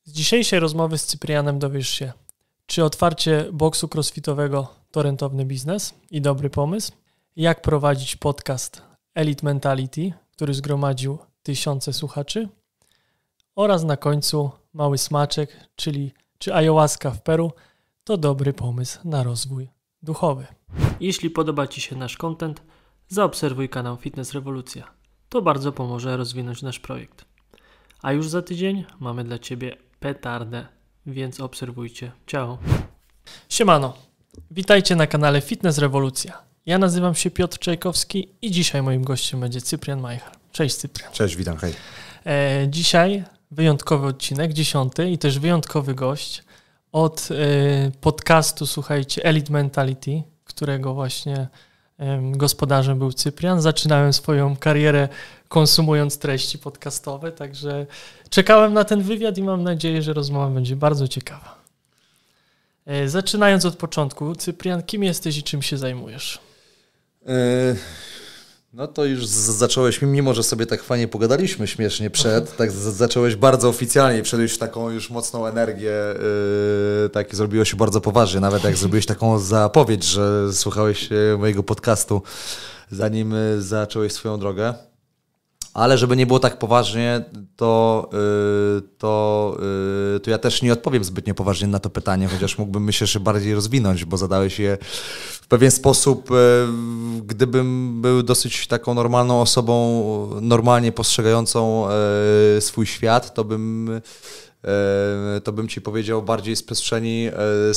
Z dzisiejszej rozmowy z Cyprianem dowiesz się, czy otwarcie boksu crossfitowego to rentowny biznes i dobry pomysł, jak prowadzić podcast Elite Mentality, który zgromadził tysiące słuchaczy, oraz na końcu mały smaczek, czyli czy ayahuasca w Peru to dobry pomysł na rozwój duchowy. Jeśli podoba Ci się nasz content, zaobserwuj kanał Fitness Rewolucja. To bardzo pomoże rozwinąć nasz projekt. A już za tydzień mamy dla Ciebie petardę, więc obserwujcie. Ciao. Siemano, witajcie na kanale Fitness Rewolucja. Ja nazywam się Piotr Czajkowski i dzisiaj moim gościem będzie Cyprian Majchar. Cześć Cyprian. Cześć, witam, hej. Dzisiaj wyjątkowy odcinek, 10. i też wyjątkowy gość od podcastu, słuchajcie, Elite Mentality, którego właśnie gospodarzem był Cyprian. Zaczynałem swoją karierę konsumując treści podcastowe, także czekałem na ten wywiad i mam nadzieję, że rozmowa będzie bardzo ciekawa. Zaczynając od początku, Cyprian, kim jesteś i czym się zajmujesz? No to już zacząłeś, mimo że sobie tak fajnie pogadaliśmy śmiesznie tak zacząłeś bardzo oficjalnie, wszedłeś w taką już mocną energię, tak zrobiło się bardzo poważnie, nawet jak zrobiłeś taką zapowiedź, że słuchałeś mojego podcastu, zanim zacząłeś swoją drogę. Ale żeby nie było tak poważnie, to ja też nie odpowiem zbytnio poważnie na to pytanie, chociaż mógłbym, myślę, że bardziej rozwinąć, bo zadałeś je w pewien sposób. Gdybym był dosyć taką normalną osobą, normalnie postrzegającą swój świat, to bym Ci powiedział bardziej z przestrzeni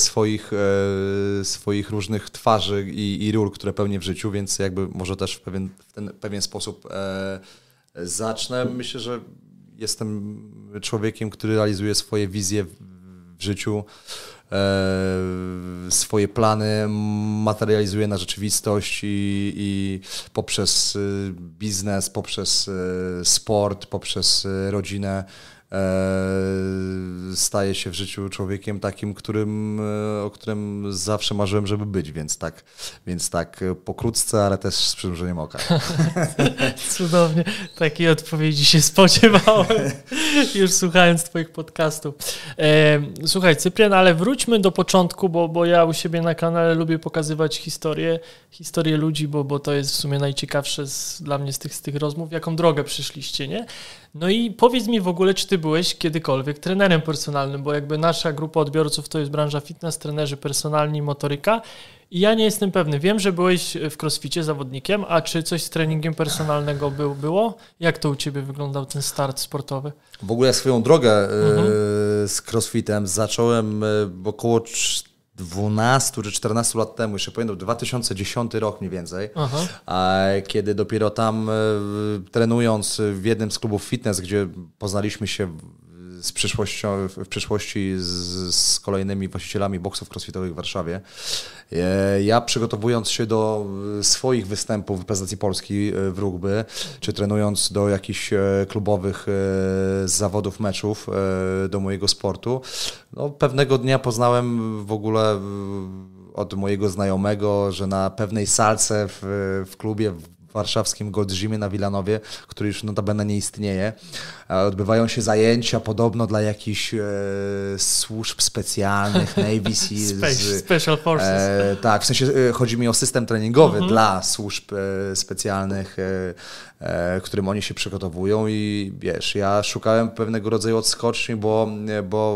swoich różnych twarzy i ról, które pełnię w życiu, więc jakby może też w ten pewien sposób zacznę. Myślę, że jestem człowiekiem, który realizuje swoje wizje w życiu, swoje plany materializuje na rzeczywistość i poprzez biznes, poprzez sport, poprzez rodzinę staje się w życiu człowiekiem takim, o którym zawsze marzyłem, żeby być, więc tak pokrótce, ale też z przymrużeniem oka. Cudownie, takiej odpowiedzi się spodziewałem, już słuchając Twoich podcastów. Słuchaj, Cyprian, ale wróćmy do początku, bo ja u siebie na kanale lubię pokazywać historię ludzi, bo to jest w sumie najciekawsze dla mnie z tych rozmów, jaką drogę przyszliście, nie? No i powiedz mi w ogóle, czy ty byłeś kiedykolwiek trenerem personalnym, bo jakby nasza grupa odbiorców to jest branża fitness, trenerzy personalni, motoryka i ja nie jestem pewny. Wiem, że byłeś w crossficie zawodnikiem, a czy coś z treningiem personalnego było? Jak to u ciebie wyglądał ten start sportowy? W ogóle swoją drogę z crossfitem zacząłem około 12 czy 14 lat temu, jeszcze pamiętam, 2010 rok mniej więcej, kiedy dopiero tam trenując w jednym z klubów fitness, gdzie poznaliśmy się w przyszłości z kolejnymi właścicielami boksów crossfitowych w Warszawie. Ja przygotowując się do swoich występów w reprezentacji Polski w rugby, czy trenując do jakichś klubowych zawodów, meczów do mojego sportu, no, pewnego dnia poznałem w ogóle od mojego znajomego, że na pewnej salce w klubie warszawskim Gold Gymie na Wilanowie, który już notabene nie istnieje. Odbywają się zajęcia podobno dla jakichś służb specjalnych, Navy Seals. Special Forces. Tak, w sensie chodzi mi o system treningowy dla służb specjalnych, którym oni się przygotowują i wiesz, ja szukałem pewnego rodzaju odskoczni, bo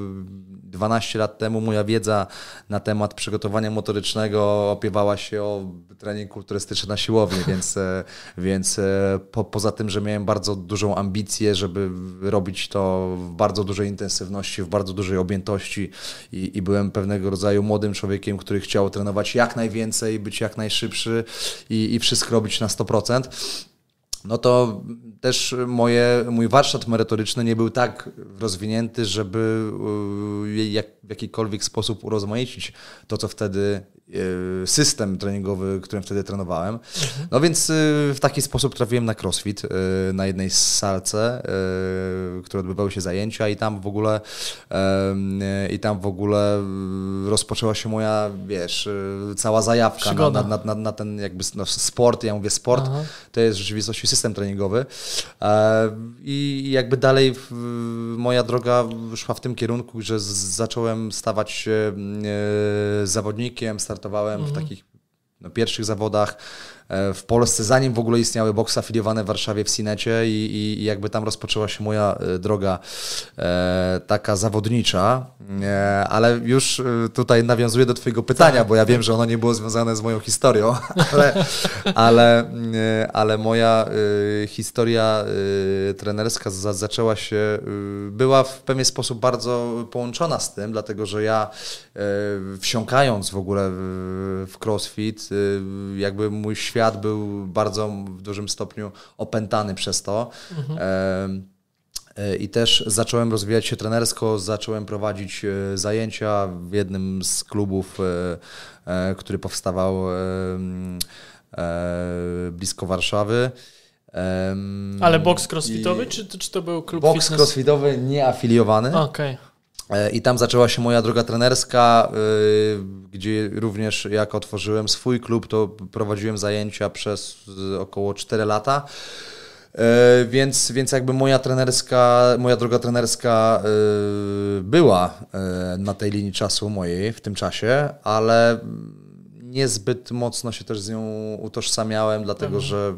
12 lat temu moja wiedza na temat przygotowania motorycznego opiewała się o trening kulturystyczny na siłowni, więc poza tym, że miałem bardzo dużą ambicję, żeby robić to w bardzo dużej intensywności, w bardzo dużej objętości i byłem pewnego rodzaju młodym człowiekiem, który chciał trenować jak najwięcej, być jak najszybszy i wszystko robić na 100%. No to też mój warsztat merytoryczny nie był tak rozwinięty, żeby w jakikolwiek sposób urozmaicić to, co wtedy system treningowy, którym wtedy trenowałem. No więc w taki sposób trafiłem na CrossFit, na jednej salce, które odbywały się zajęcia i tam w ogóle rozpoczęła się moja, wiesz, cała zajawka na ten jakby sport. Ja mówię sport, to jest w rzeczywistości system treningowy i jakby dalej moja droga szła w tym kierunku, że zacząłem stawać się zawodnikiem, startowałem w takich pierwszych zawodach w Polsce, zanim w ogóle istniały boksy afiliowane w Warszawie w Sinecie i jakby tam rozpoczęła się moja droga taka zawodnicza, ale już tutaj nawiązuję do twojego pytania, bo ja wiem, że ono nie było związane z moją historią, ale moja historia trenerska zaczęła się, była w pewien sposób bardzo połączona z tym, dlatego że ja wsiąkając w ogóle w CrossFit, jakby mój świat był bardzo w dużym stopniu opętany przez to. I też zacząłem rozwijać się trenersko, zacząłem prowadzić zajęcia w jednym z klubów, który powstawał blisko Warszawy. Ale boks crossfitowy, czy to był klub boks fitness? crossfitowy nieafiliowany. Okej. I tam zaczęła się moja droga trenerska, gdzie również jak otworzyłem swój klub, to prowadziłem zajęcia przez około 4 lata. Więc jakby moja droga trenerska była na tej linii czasu mojej w tym czasie, ale niezbyt mocno się też z nią utożsamiałem, dlatego że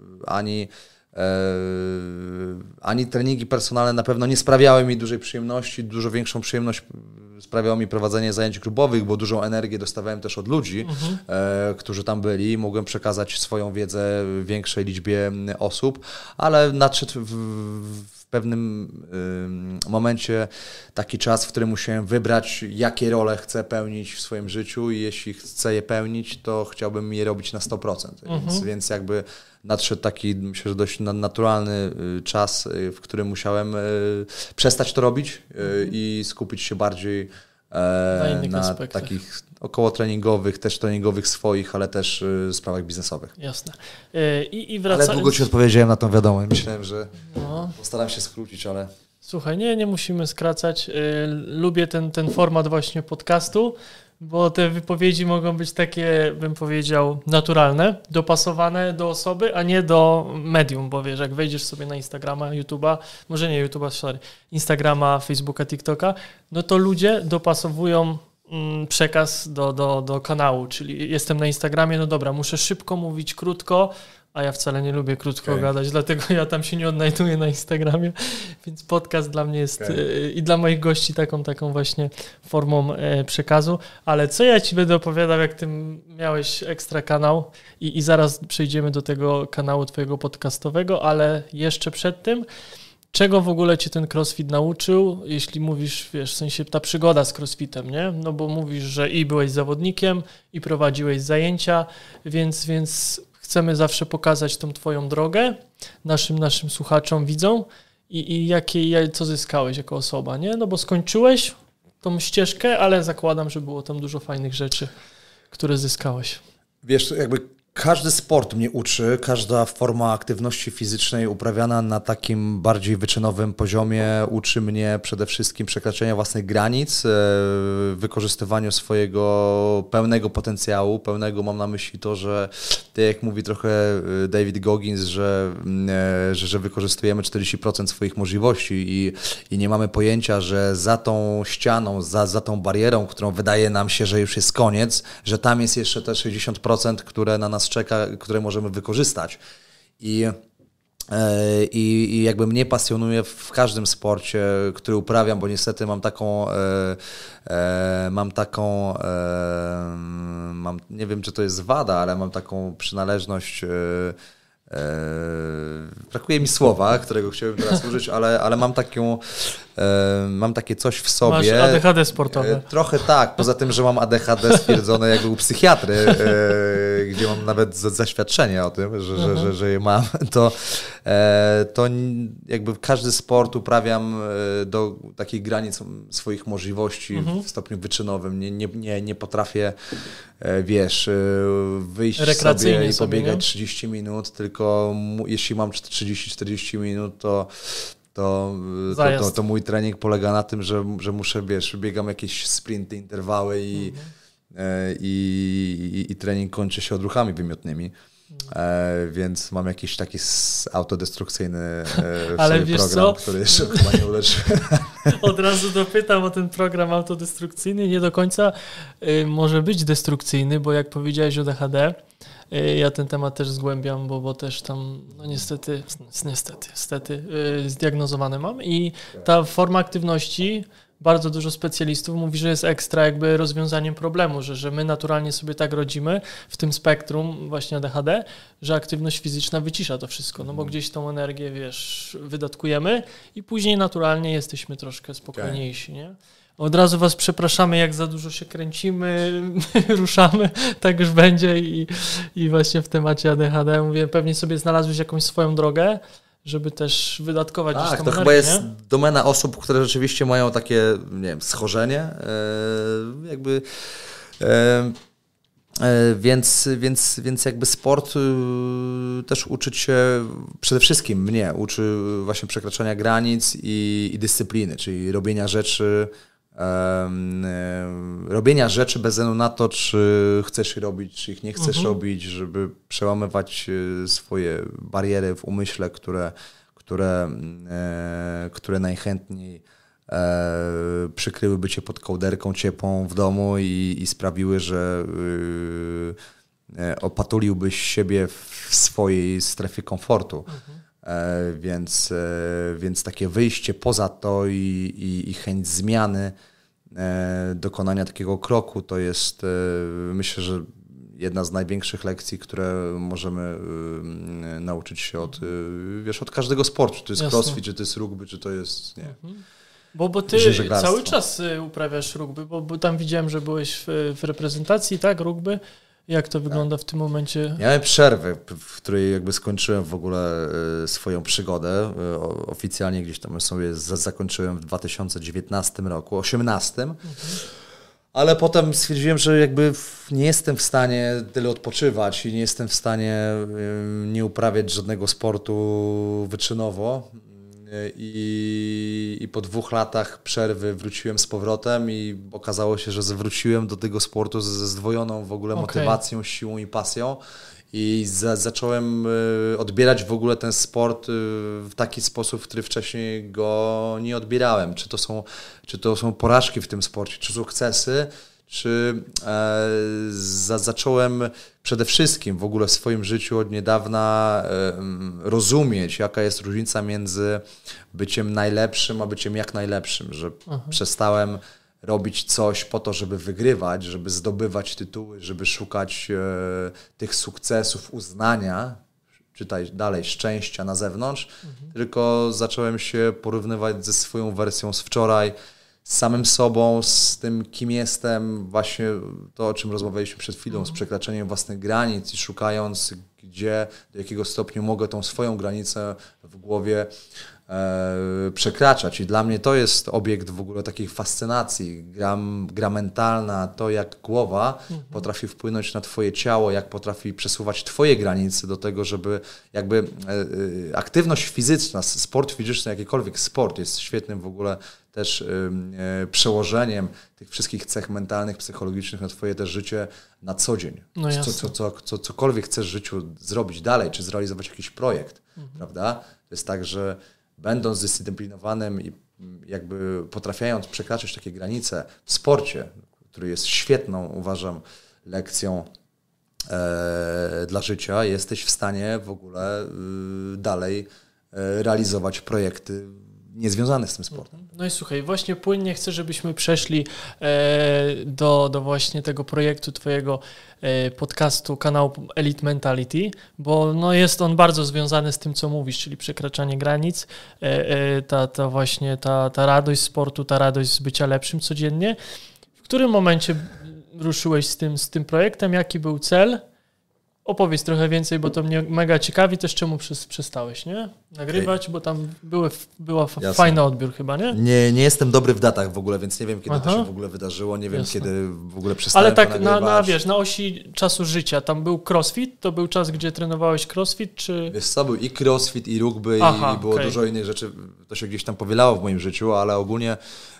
ani treningi personalne na pewno nie sprawiały mi dużej przyjemności. Dużo większą przyjemność sprawiało mi prowadzenie zajęć klubowych, bo dużą energię dostawałem też od ludzi, którzy tam byli. Mogłem przekazać swoją wiedzę większej liczbie osób, ale nadszedł w pewnym momencie taki czas, w którym musiałem wybrać, jakie role chcę pełnić w swoim życiu i jeśli chcę je pełnić, to chciałbym je robić na 100%. Więc jakby nadszedł taki, myślę, że dość naturalny czas, w którym musiałem przestać to robić i skupić się bardziej na takich około treningowych, też treningowych swoich, ale też sprawach biznesowych. Jasne. I wracając... Ale długo Ci odpowiedziałem na tą wiadomość. Myślałem, że postaram się skrócić, ale... Słuchaj, nie musimy skracać. Lubię ten format właśnie podcastu, bo te wypowiedzi mogą być takie, bym powiedział, naturalne, dopasowane do osoby, a nie do medium, bo wiesz, jak wejdziesz sobie na Instagrama, YouTube'a, może nie YouTube'a, sorry, Instagrama, Facebooka, TikToka, no to ludzie dopasowują przekaz do kanału, czyli jestem na Instagramie, no dobra, muszę szybko mówić, krótko, a ja wcale nie lubię krótko gadać, dlatego ja tam się nie odnajduję na Instagramie, więc podcast dla mnie jest i dla moich gości taką właśnie formą przekazu. Ale co ja Ci będę opowiadał, jak Ty miałeś ekstra kanał i zaraz przejdziemy do tego kanału Twojego podcastowego, ale jeszcze przed tym, czego w ogóle Cię ten CrossFit nauczył, jeśli mówisz, wiesz, w sensie ta przygoda z CrossFitem, nie? No bo mówisz, że i byłeś zawodnikiem, i prowadziłeś zajęcia, więc chcemy zawsze pokazać tą Twoją drogę naszym słuchaczom, widzom i co zyskałeś jako osoba, nie? No bo skończyłeś tą ścieżkę, ale zakładam, że było tam dużo fajnych rzeczy, które zyskałeś. Wiesz, jakby każdy sport mnie uczy, każda forma aktywności fizycznej uprawiana na takim bardziej wyczynowym poziomie uczy mnie przede wszystkim przekraczania własnych granic, wykorzystywaniu swojego pełnego potencjału. Pełnego mam na myśli to, że tak jak mówi trochę David Goggins, że wykorzystujemy 40% swoich możliwości i nie mamy pojęcia, że za tą ścianą, za tą barierą, którą wydaje nam się, że już jest koniec, że tam jest jeszcze te 60%, które na nas czeka, które możemy wykorzystać. I jakby mnie pasjonuje w każdym sporcie, który uprawiam, bo niestety mam nie wiem, czy to jest wada, ale mam taką przynależność, brakuje mi słowa, którego chciałbym teraz użyć, ale mam takie coś w sobie. Masz ADHD sportowe. Trochę tak, poza tym, że mam ADHD stwierdzone jakby u psychiatry, gdzie mam nawet zaświadczenie o tym, że je mam, to jakby każdy sport uprawiam do takich granic swoich możliwości w stopniu wyczynowym. Nie potrafię, wyjść sobie i pobiegać 30 minut, tylko jeśli mam 30-40 minut, to mój trening polega na tym, że muszę, biegam jakieś sprinty, interwały i trening kończy się odruchami wymiotnymi. Więc mam jakiś taki autodestrukcyjny program, który jeszcze chyba nie uleczyłem. Od razu dopytam o ten program autodestrukcyjny. Nie do końca może być destrukcyjny, bo jak powiedziałeś o DHD, ja ten temat też zgłębiam, bo też tam niestety zdiagnozowane mam i ta forma aktywności, bardzo dużo specjalistów mówi, że jest ekstra jakby rozwiązaniem problemu, że my naturalnie sobie tak rodzimy w tym spektrum właśnie ADHD, że aktywność fizyczna wycisza to wszystko, no bo gdzieś tą energię, wydatkujemy i później naturalnie jesteśmy troszkę spokojniejsi, nie? Od razu was przepraszamy, jak za dużo się kręcimy, ruszamy, tak już będzie i właśnie w temacie ADHD mówię, pewnie sobie znalazłeś jakąś swoją drogę, żeby też wydatkować gdzieś tą energię. Tak, to chyba jest domena osób, które rzeczywiście mają takie, nie wiem, schorzenie, więc jakby sport też uczy się, przede wszystkim mnie uczy właśnie przekraczania granic i dyscypliny, czyli robienia rzeczy bez względu na to, czy chcesz je robić, czy ich nie chcesz robić, żeby przełamywać swoje bariery w umyśle, które najchętniej przykryłyby cię pod kołderką ciepłą w domu i sprawiły, że opatuliłbyś siebie w swojej strefie komfortu. Więc takie wyjście poza to i chęć zmiany, dokonania takiego kroku, to jest, myślę, że jedna z największych lekcji, które możemy nauczyć się od każdego sportu, czy to jest crossfit, czy to jest rugby, czy to jest, nie. Bo ty cały czas uprawiasz rugby, bo tam widziałem, że byłeś w reprezentacji, tak, rugby. Jak to wygląda w tym momencie? Miałem przerwę, w której jakby skończyłem w ogóle swoją przygodę. Oficjalnie gdzieś tam sobie zakończyłem w 2019 roku, 2018. Ale potem stwierdziłem, że jakby nie jestem w stanie tyle odpoczywać i nie jestem w stanie nie uprawiać żadnego sportu wyczynowo. I po 2 latach przerwy wróciłem z powrotem i okazało się, że wróciłem do tego sportu ze zdwojoną w ogóle motywacją, siłą i pasją i zacząłem odbierać w ogóle ten sport w taki sposób, w który wcześniej go nie odbierałem. Czy to są porażki w tym sporcie, czy sukcesy, czy zacząłem przede wszystkim w ogóle w swoim życiu od niedawna rozumieć, jaka jest różnica między byciem najlepszym, a byciem jak najlepszym, że przestałem robić coś po to, żeby wygrywać, żeby zdobywać tytuły, żeby szukać tych sukcesów, uznania, czytaj dalej, szczęścia na zewnątrz, tylko zacząłem się porównywać ze swoją wersją z wczoraj, z samym sobą, z tym, kim jestem, właśnie to, o czym rozmawialiśmy przed chwilą, z przekraczaniem własnych granic i szukając, gdzie, do jakiego stopnia mogę tą swoją granicę w głowie przekraczać. I dla mnie to jest obiekt w ogóle takiej fascynacji. Gra mentalna, to jak głowa potrafi wpłynąć na twoje ciało, jak potrafi przesuwać twoje granice do tego, żeby jakby aktywność fizyczna, sport fizyczny, jakikolwiek sport jest świetnym w ogóle też przełożeniem tych wszystkich cech mentalnych, psychologicznych na twoje też życie na co dzień. No cokolwiek chcesz w życiu zrobić dalej, czy zrealizować jakiś projekt, prawda? To jest tak, że będąc zdyscyplinowanym i jakby potrafiając przekraczać takie granice w sporcie, który jest świetną, uważam, lekcją dla życia, jesteś w stanie w ogóle dalej realizować projekty niezwiązane z tym sportem. No i słuchaj, właśnie płynnie chcę, żebyśmy przeszli do właśnie tego projektu twojego podcastu, kanału Elite Mentality, bo no jest on bardzo związany z tym, co mówisz, czyli przekraczanie granic, ta radość sportu, ta radość z bycia lepszym codziennie. W którym momencie ruszyłeś z tym projektem? Jaki był cel? opowiedz trochę więcej, bo to mnie mega ciekawi też, czemu przestałeś, nie? Nagrywać, bo tam była fajny odbiór chyba, nie? Nie jestem dobry w datach w ogóle, więc nie wiem, kiedy to się w ogóle wydarzyło, nie wiem, kiedy w ogóle przestałem. Ale tak na osi czasu życia, tam był crossfit, to był czas, gdzie trenowałeś crossfit, czy... Wiesz co, był i crossfit, i rugby, i było dużo innych rzeczy, to się gdzieś tam powielało w moim życiu, ale ogólnie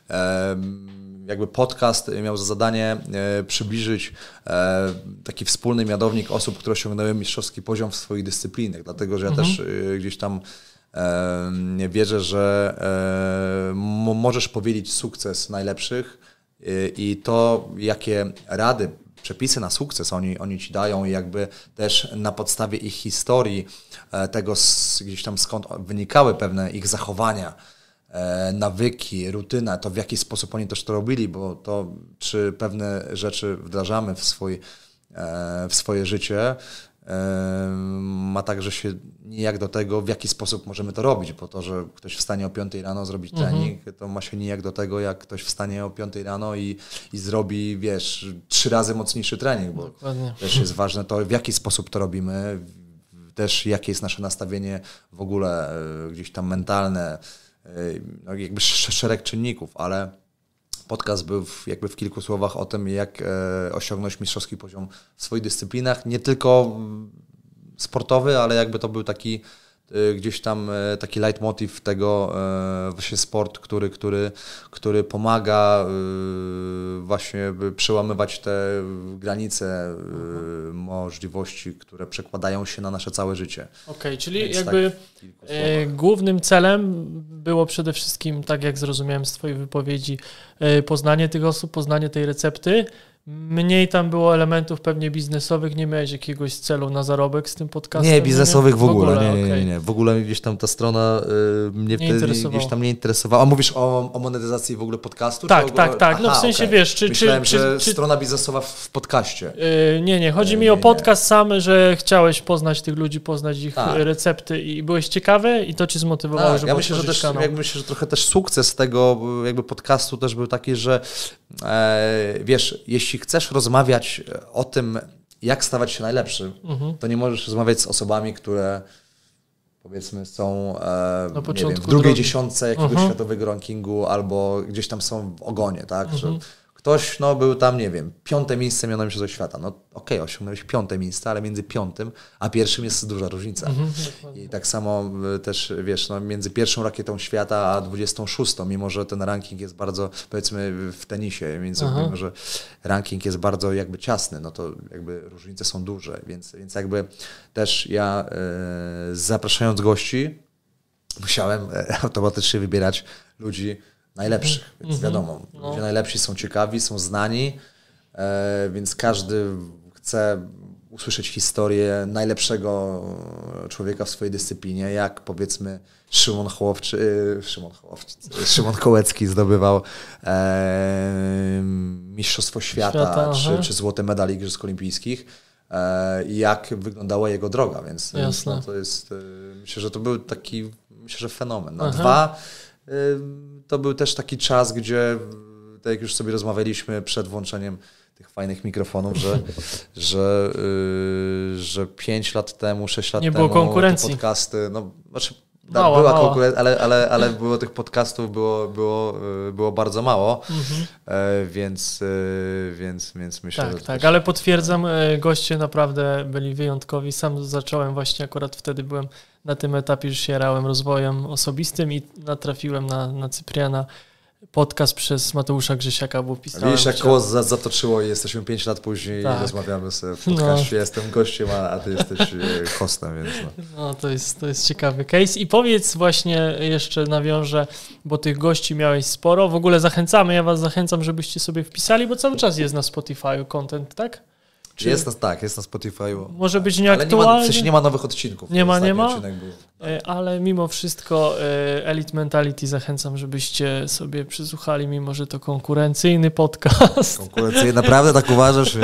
jakby podcast miał za zadanie przybliżyć taki wspólny mianownik osób, które osiągnęły mistrzowski poziom w swoich dyscyplinach, dlatego że ja też gdzieś tam wierzę, że możesz powielić sukces najlepszych i to, jakie rady, przepisy na sukces oni ci dają i jakby też na podstawie ich historii, tego gdzieś tam skąd wynikały pewne ich zachowania, nawyki, rutyna, to w jaki sposób oni też to robili, bo to, czy pewne rzeczy wdrażamy w swoje życie, ma także się nijak do tego, w jaki sposób możemy to robić, bo to, że ktoś wstanie o 5 rano zrobić trening, to ma się nijak do tego, jak ktoś wstanie o 5 rano i zrobi, 3 razy mocniejszy trening, bo też jest ważne to, w jaki sposób to robimy, też jakie jest nasze nastawienie w ogóle gdzieś tam mentalne, jakby szereg czynników, ale podcast był jakby w kilku słowach o tym, jak osiągnąć mistrzowski poziom w swoich dyscyplinach, nie tylko sportowy, ale jakby to był taki gdzieś tam taki leitmotiv tego właśnie sport, który pomaga właśnie przełamywać te granice możliwości, które przekładają się na nasze całe życie. Okej, czyli więc jakby głównym celem było przede wszystkim, tak jak zrozumiałem z twojej wypowiedzi, poznanie tych osób, poznanie tej recepty. Mniej tam było elementów pewnie biznesowych, nie miałeś jakiegoś celu na zarobek z tym podcastem? Nie, biznesowych w ogóle. Nie. W ogóle gdzieś tam ta strona mnie wtedy gdzieś tam nie interesowała. A mówisz o monetyzacji w ogóle podcastu? Tak. No w sensie wiesz, myślałem, że strona biznesowa w podcaście. Nie. Chodzi mi o podcast sam, że chciałeś poznać tych ludzi, poznać ich recepty i byłeś ciekawy i to cię zmotywowało, żeby otworzyć kanał. Ja myślę, że trochę też sukces tego jakby podcastu też był taki, że wiesz, jeśli chcesz rozmawiać o tym, jak stawać się najlepszym, to nie możesz rozmawiać z osobami, które powiedzmy są w drugiej dziesiątce jakiegoś światowego rankingu albo gdzieś tam są w ogonie, tak? Że ktoś był tam, nie wiem, 5. miejsce mianem się ze świata. No okej, osiągnąłeś 5. miejsce, ale między 5. a 1. jest duża różnica. I tak samo też, wiesz, między 1. rakietą świata a 26, mimo że ten ranking jest bardzo, powiedzmy w tenisie, mimo że ranking jest bardzo jakby ciasny, no to jakby różnice są duże, więc jakby też ja zapraszając gości musiałem automatycznie wybierać ludzi najlepszych, więc wiadomo, ludzie najlepsi są ciekawi, są znani, więc każdy chce usłyszeć historię najlepszego człowieka w swojej dyscyplinie, jak powiedzmy Szymon Kołecki zdobywał Mistrzostwo Świata czy złoty medal Igrzysk Olimpijskich i jak wyglądała jego droga, więc to jest, myślę, że to był taki, fenomen. Dwa, to był też taki czas, gdzie, tak jak już sobie rozmawialiśmy przed włączeniem tych fajnych mikrofonów, że 5 lat temu, 6 lat nie temu było konkurencji. te podcasty, była konkurencja, ale było tych podcastów było bardzo mało, więc myślę, że... Tak, ale potwierdzam, goście naprawdę byli wyjątkowi. Sam zacząłem właśnie, akurat wtedy byłem na tym etapie, że się jarałem rozwojem osobistym i natrafiłem na Cypriana. Podcast przez Mateusza Grzesiaka, bo pisałem... Widzisz, jak koło zatoczyło i jesteśmy 5 lat później i rozmawiamy sobie w podcaście. Ja jestem gościem, a ty jesteś hostem, więc to jest ciekawy case. I powiedz właśnie, jeszcze nawiążę, bo tych gości miałeś sporo. W ogóle ja was zachęcam, żebyście sobie wpisali, bo cały czas jest na Spotify'u content, tak? Jest na Spotify'u. Może być nieaktualny. W sensie nie ma nowych odcinków. Nie ma. Ale mimo wszystko Elite Mentality zachęcam, żebyście sobie przysłuchali, mimo że to konkurencyjny podcast. Konkurencyjny? Naprawdę tak uważasz?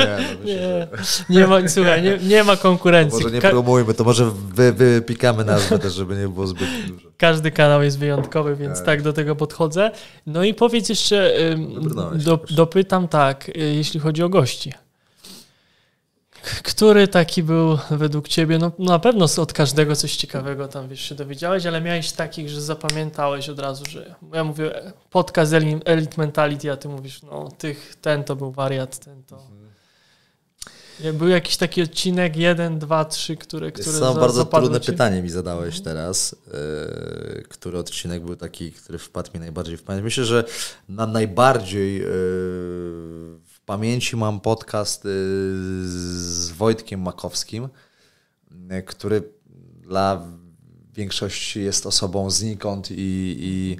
Nie ma konkurencji. Może nie promujmy, to może wypikamy nazwę też, żeby nie było zbyt dużo. Każdy kanał jest wyjątkowy, więc tak do tego podchodzę. No i powiedz jeszcze, dopytam jeśli chodzi o gości. Który taki był według ciebie? No na pewno od każdego coś ciekawego tam się dowiedziałeś, ale miałeś takich, że zapamiętałeś od razu, że ja mówię podcast Elite Mentality, a ty mówisz, no ten to był wariat, ten to... Był jakiś taki odcinek 1, 2, 3, które bardzo trudne pytanie mi zadałeś teraz. Który odcinek był taki, który wpadł mi najbardziej w pamięć? Myślę, że najbardziej w pamięci mam podcast z Wojtkiem Makowskim, który dla większości jest osobą znikąd i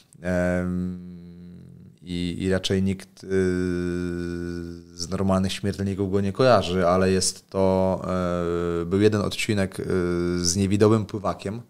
raczej nikt z normalnych śmiertelników go nie kojarzy, ale był jeden odcinek z niewidomym pływakiem,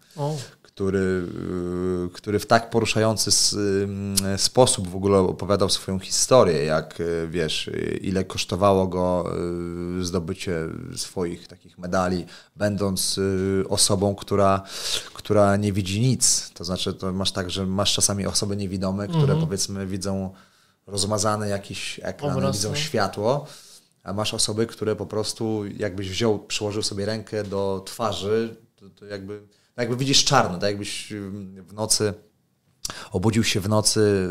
który w tak poruszający sposób w ogóle opowiadał swoją historię, jak wiesz, ile kosztowało go zdobycie swoich takich medali, będąc osobą, która nie widzi nic. To znaczy, to masz tak, że masz czasami osoby niewidome, które powiedzmy widzą rozmazany jakiś ekran, widzą światło, a masz osoby, które po prostu jakbyś przyłożył sobie rękę do twarzy, to jakby widzisz czarno, tak jakbyś w nocy obudził się w nocy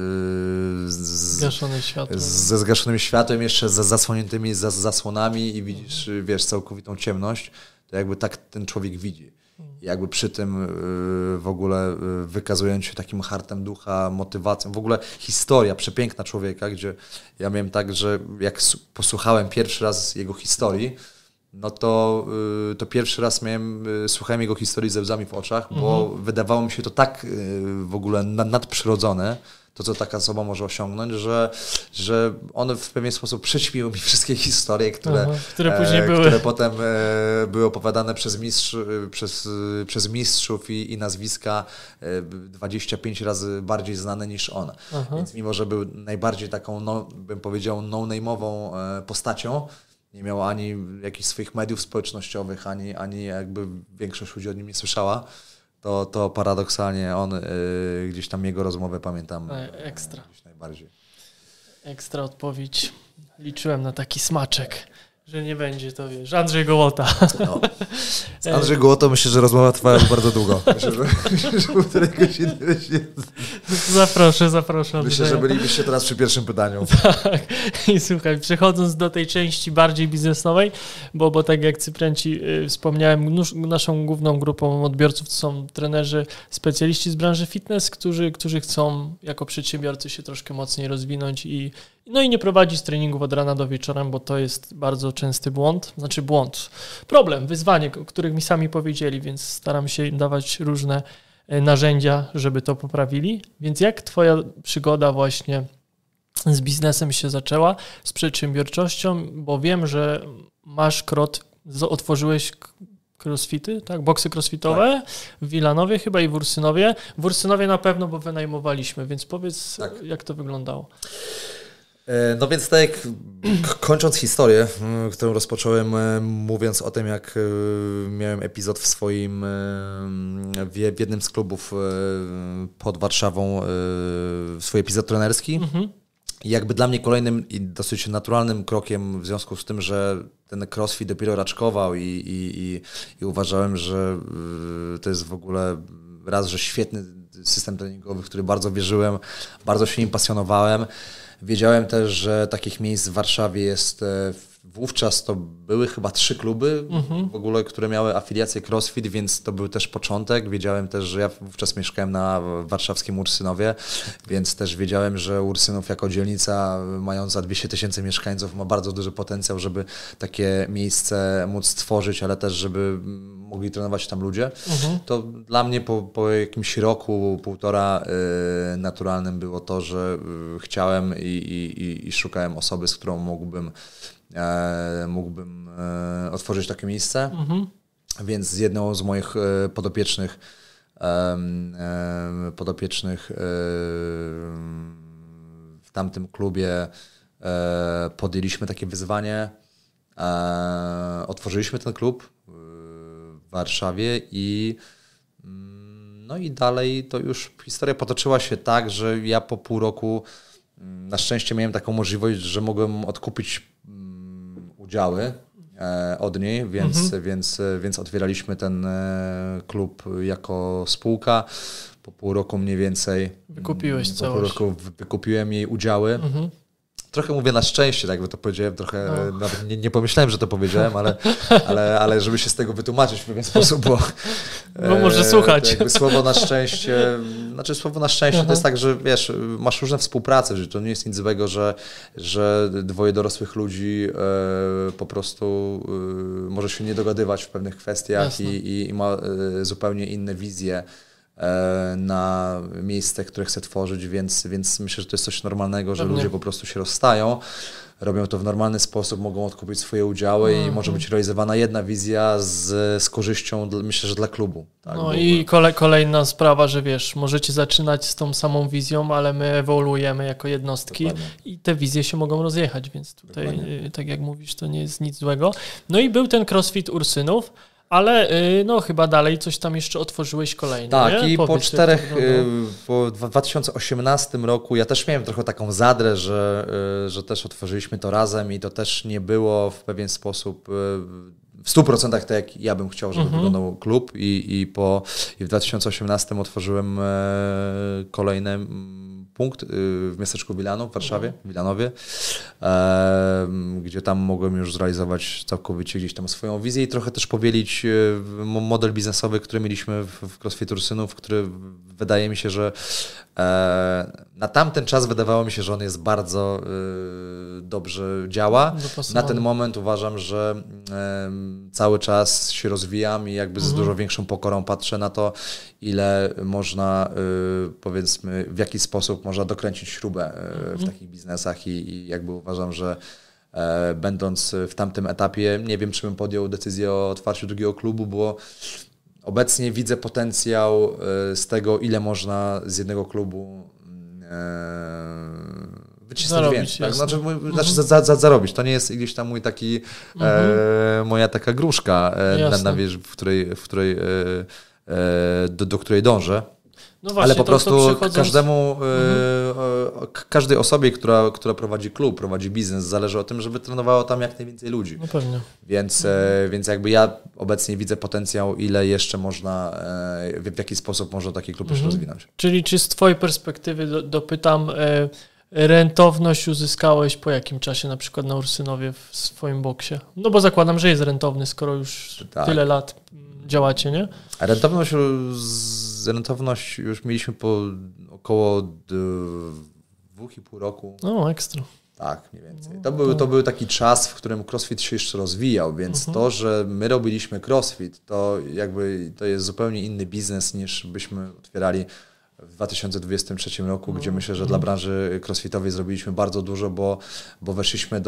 ze zgaszonym światłem, jeszcze z zasłoniętymi zasłonami i widzisz, wiesz, całkowitą ciemność, to jakby tak ten człowiek widzi. I jakby przy tym w ogóle wykazując się takim hartem ducha, motywacją, w ogóle historia przepiękna człowieka, gdzie ja miałem tak, że jak posłuchałem pierwszy raz jego historii, no to pierwszy raz słuchałem jego historii ze łzami w oczach, bo wydawało mi się to tak w ogóle nadprzyrodzone, to co taka osoba może osiągnąć, że one w pewien sposób przećmiły mi wszystkie historie, które później które potem były opowiadane przez mistrzów i nazwiska 25 razy bardziej znane niż on. Więc mimo, że był najbardziej taką, bym powiedział, no-name'ową postacią, nie miał ani jakichś swoich mediów społecznościowych, ani jakby większość ludzi o nim nie słyszała, to paradoksalnie gdzieś tam jego rozmowę pamiętam ekstra. Gdzieś najbardziej. Ekstra odpowiedź. Liczyłem na taki smaczek, że nie będzie to, wiesz, Andrzej Gołota. No. Z Andrzej Gołotą myślę, że rozmowa trwała bardzo długo. Myślę, że półtorej godziny. Zaproszę. Myślę, że bylibyście teraz przy pierwszym pytaniu. Tak. I słuchaj, przechodząc do tej części bardziej biznesowej, bo tak jak Cyprian ci wspomniałem, naszą główną grupą odbiorców to są trenerzy, specjaliści z branży fitness, którzy chcą jako przedsiębiorcy się troszkę mocniej rozwinąć i nie prowadzić treningów od rana do wieczora, bo to jest bardzo częsty problem, wyzwanie, o których mi sami powiedzieli, więc staram się im dawać różne narzędzia, żeby to poprawili. Więc jak twoja przygoda właśnie z biznesem się zaczęła, z przedsiębiorczością, bo wiem, że otworzyłeś crossfity, tak? Boksy crossfitowe w Wilanowie chyba i w Ursynowie. W Ursynowie na pewno, bo wynajmowaliśmy, więc powiedz, jak to wyglądało. No więc tak jak kończąc historię, którą rozpocząłem mówiąc o tym, jak miałem epizod w jednym z klubów pod Warszawą, swój epizod trenerski. I jakby dla mnie kolejnym i dosyć naturalnym krokiem w związku z tym, że ten crossfit dopiero raczkował i uważałem, że to jest w ogóle że świetny system treningowy, w który bardzo wierzyłem, bardzo się nim pasjonowałem. Wiedziałem też, że takich miejsc w Warszawie jest, wówczas to były chyba 3 kluby w ogóle, które miały afiliację CrossFit, więc to był też początek. Wiedziałem też, że ja wówczas mieszkałem na warszawskim Ursynowie, więc też wiedziałem, że Ursynów jako dzielnica mająca 200 000 mieszkańców ma bardzo duży potencjał, żeby takie miejsce móc stworzyć, ale też, żeby mogli trenować tam ludzie. To dla mnie po jakimś roku, półtora naturalnym było to, że chciałem i szukałem osoby, z którą mógłbym otworzyć takie miejsce. Więc z jedną z moich podopiecznych w tamtym klubie podjęliśmy takie wyzwanie. Otworzyliśmy ten klub w Warszawie i dalej to już historia potoczyła się tak, że ja po pół roku na szczęście miałem taką możliwość, że mogłem odkupić udziały od niej, więc otwieraliśmy ten klub jako spółka. Po pół roku mniej więcej. Wykupiłeś całość. Po pół roku wykupiłem jej udziały. Trochę mówię na szczęście, tak by to powiedziałem, trochę nawet nie pomyślałem, że to powiedziałem, ale żeby się z tego wytłumaczyć w pewien sposób, bo może słuchać. Słowo na szczęście, słowo na szczęście to jest tak, że wiesz, masz różne współprace, że to nie jest nic złego, że dwoje dorosłych ludzi po prostu może się nie dogadywać w pewnych kwestiach i ma zupełnie inne wizje na miejsce, które chce tworzyć, więc myślę, że to jest coś normalnego, że ludzie po prostu się rozstają, robią to w normalny sposób, mogą odkupić swoje udziały i może być realizowana jedna wizja z korzyścią, myślę, że dla klubu. Tak? I kolejna sprawa, że wiesz, możecie zaczynać z tą samą wizją, ale my ewoluujemy jako jednostki. Dokładnie. I te wizje się mogą rozjechać, więc tutaj, tak jak mówisz, to nie jest nic złego. No i był ten CrossFit Ursynów, ale chyba dalej coś tam jeszcze otworzyłeś kolejne. Tak, nie? I po 2018 roku ja też miałem trochę taką zadrę, że też otworzyliśmy to razem i to też nie było w pewien sposób w 100% tak jak ja bym chciał, żeby wyglądał klub i w 2018 otworzyłem kolejny punkt w miasteczku Wilanów w Warszawie, w Wilanowie, gdzie tam mogłem już zrealizować całkowicie gdzieś tam swoją wizję i trochę też powielić model biznesowy, który mieliśmy w CrossFit Ursynów, który wydaje mi się, że na tamten czas wydawało mi się, że on jest bardzo dobrze działa. Na ten moment uważam, że cały czas się rozwijam i jakby z dużo większą pokorą patrzę na to, ile można, powiedzmy, w jaki sposób można dokręcić śrubę w takich biznesach i jakby uważam, że będąc w tamtym etapie, nie wiem, czy bym podjął decyzję o otwarciu drugiego klubu, bo obecnie widzę potencjał z tego, ile można z jednego klubu wycisnąć więcej. Tak? Znaczy zarobić. To nie jest gdzieś tam mój taki, moja taka gruszka, na wierzch, do której dążę. No właśnie, ale po prostu każdej osobie, która prowadzi klub, prowadzi biznes, zależy o tym, żeby trenowało tam jak najwięcej ludzi. No pewnie. Więc jakby ja obecnie widzę potencjał, ile jeszcze można, w jaki sposób można taki klub jeszcze rozwinąć. Czyli czy z twojej perspektywy dopytam, rentowność uzyskałeś po jakim czasie na przykład na Ursynowie w swoim boksie? No bo zakładam, że jest rentowny, skoro już tyle lat działacie, nie? A rentowność już mieliśmy po około 2,5 roku. O, ekstra. Tak, mniej więcej. To był taki czas, w którym CrossFit się jeszcze rozwijał, więc to, że my robiliśmy CrossFit, to jakby to jest zupełnie inny biznes niż byśmy otwierali w 2023 roku, gdzie myślę, że dla branży crossfitowej zrobiliśmy bardzo dużo, bo weszliśmy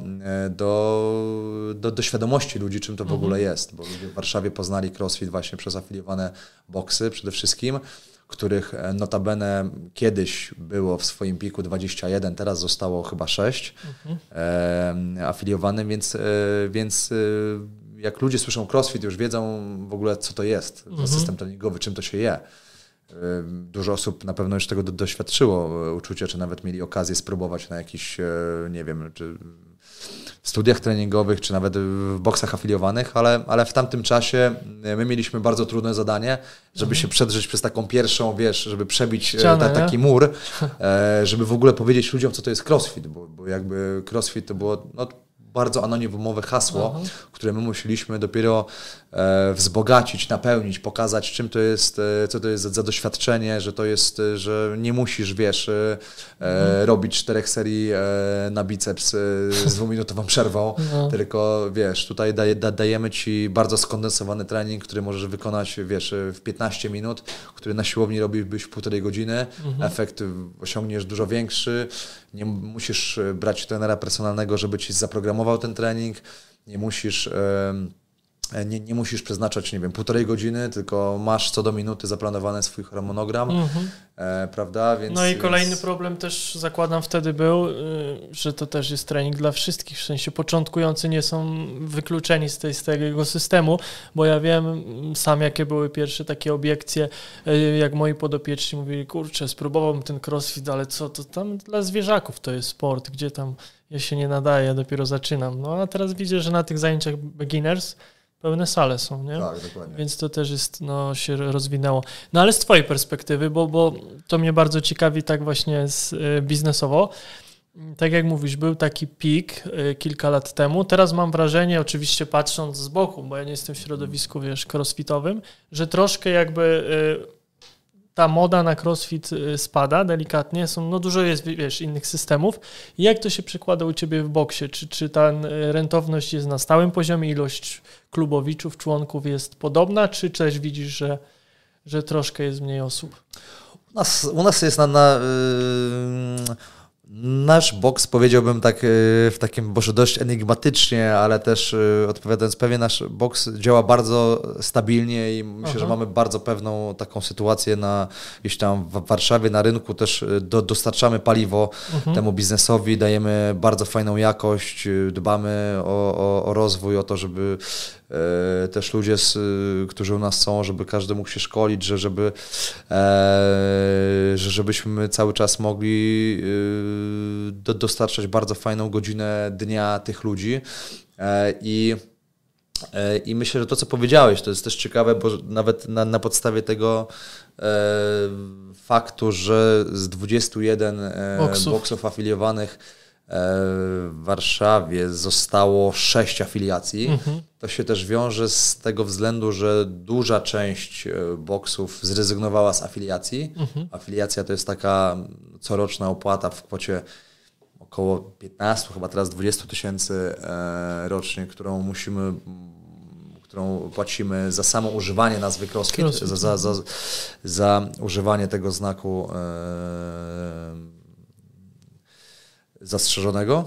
do świadomości ludzi, czym to w ogóle jest, bo ludzie w Warszawie poznali crossfit właśnie przez afiliowane boksy przede wszystkim, których notabene kiedyś było w swoim piku 21, teraz zostało chyba 6 afiliowanych, więc jak ludzie słyszą CrossFit, już wiedzą w ogóle, co to jest za system treningowy, czym to się je. Dużo osób na pewno już tego doświadczyło uczucia, czy nawet mieli okazję spróbować na jakichś, nie wiem, czy w studiach treningowych, czy nawet w boksach afiliowanych, ale w tamtym czasie my mieliśmy bardzo trudne zadanie, żeby się przedrzeć przez taką pierwszą, żeby przebić taki mur, żeby w ogóle powiedzieć ludziom, co to jest CrossFit, bo jakby CrossFit to było bardzo anonimowe hasło, które my musieliśmy dopiero wzbogacić, napełnić, pokazać, czym to jest, co to jest za doświadczenie, że to jest, że nie musisz, robić 4 serii na biceps z 2-minutową przerwą, tylko tutaj dajemy Ci bardzo skondensowany trening, który możesz wykonać, w 15 minut, który na siłowni robiłbyś w 1,5 godziny, efekt osiągniesz dużo większy, nie musisz brać trenera personalnego, żeby Ci zaprogramował ten trening, nie musisz Nie musisz przeznaczać, nie wiem, 1,5 godziny, tylko masz co do minuty zaplanowany swój harmonogram, prawda? Więc, no i kolejny problem też zakładam wtedy był, że to też jest trening dla wszystkich, w sensie początkujący nie są wykluczeni z tego systemu, bo ja wiem sam, jakie były pierwsze takie obiekcje, jak moi podopieczni mówili, kurczę, spróbowałbym ten crossfit, ale co, to tam dla zwierzaków to jest sport, gdzie tam ja się nie nadaję, ja dopiero zaczynam. No a teraz widzę, że na tych zajęciach beginners pełne sale są, nie? Tak, dokładnie. Więc to też jest, się rozwinęło. No ale z twojej perspektywy, bo to mnie bardzo ciekawi tak właśnie biznesowo. Tak jak mówisz, był taki pik kilka lat temu. Teraz mam wrażenie, oczywiście patrząc z boku, bo ja nie jestem w środowisku, crossfitowym, że troszkę jakby ta moda na crossfit spada delikatnie. Dużo jest, innych systemów. I jak to się przekłada u ciebie w boksie? Czy ta rentowność jest na stałym poziomie, ilość klubowiczów, członków jest podobna, czy też widzisz, że troszkę jest mniej osób? U nas jest nasz boks, powiedziałbym tak w takim, może dość enigmatycznie, ale też odpowiadając pewnie, nasz boks działa bardzo stabilnie i myślę, że mamy bardzo pewną taką sytuację gdzieś tam w Warszawie na rynku, też dostarczamy paliwo temu biznesowi, dajemy bardzo fajną jakość, dbamy o rozwój, o to, żeby też ludzie, którzy u nas są, żeby każdy mógł się szkolić, żebyśmy cały czas mogli dostarczać bardzo fajną godzinę dnia tych ludzi. I myślę, że to, co powiedziałeś, to jest też ciekawe, bo nawet na podstawie tego faktu, że z 21 boksów afiliowanych w Warszawie zostało 6 afiliacji. To się też wiąże z tego względu, że duża część boksów zrezygnowała z afiliacji. Afiliacja to jest taka coroczna opłata w kwocie około 15, chyba teraz 20 tysięcy rocznie, którą płacimy za samo używanie nazwy CrossFit, za używanie tego znaku zastrzeżonego.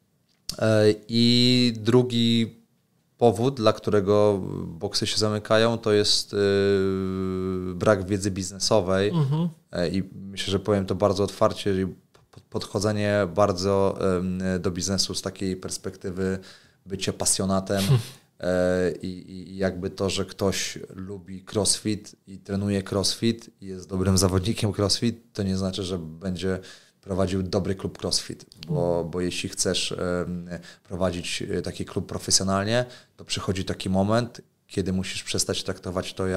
I drugi powód, dla którego boksy się zamykają, to jest brak wiedzy biznesowej. I myślę, że powiem to bardzo otwarcie, podchodzenie bardzo do biznesu z takiej perspektywy bycia pasjonatem i jakby to, że ktoś lubi crossfit i trenuje crossfit i jest dobrym zawodnikiem crossfit, to nie znaczy, że będzie prowadził dobry klub CrossFit, bo jeśli chcesz prowadzić taki klub profesjonalnie, to przychodzi taki moment, kiedy musisz przestać traktować to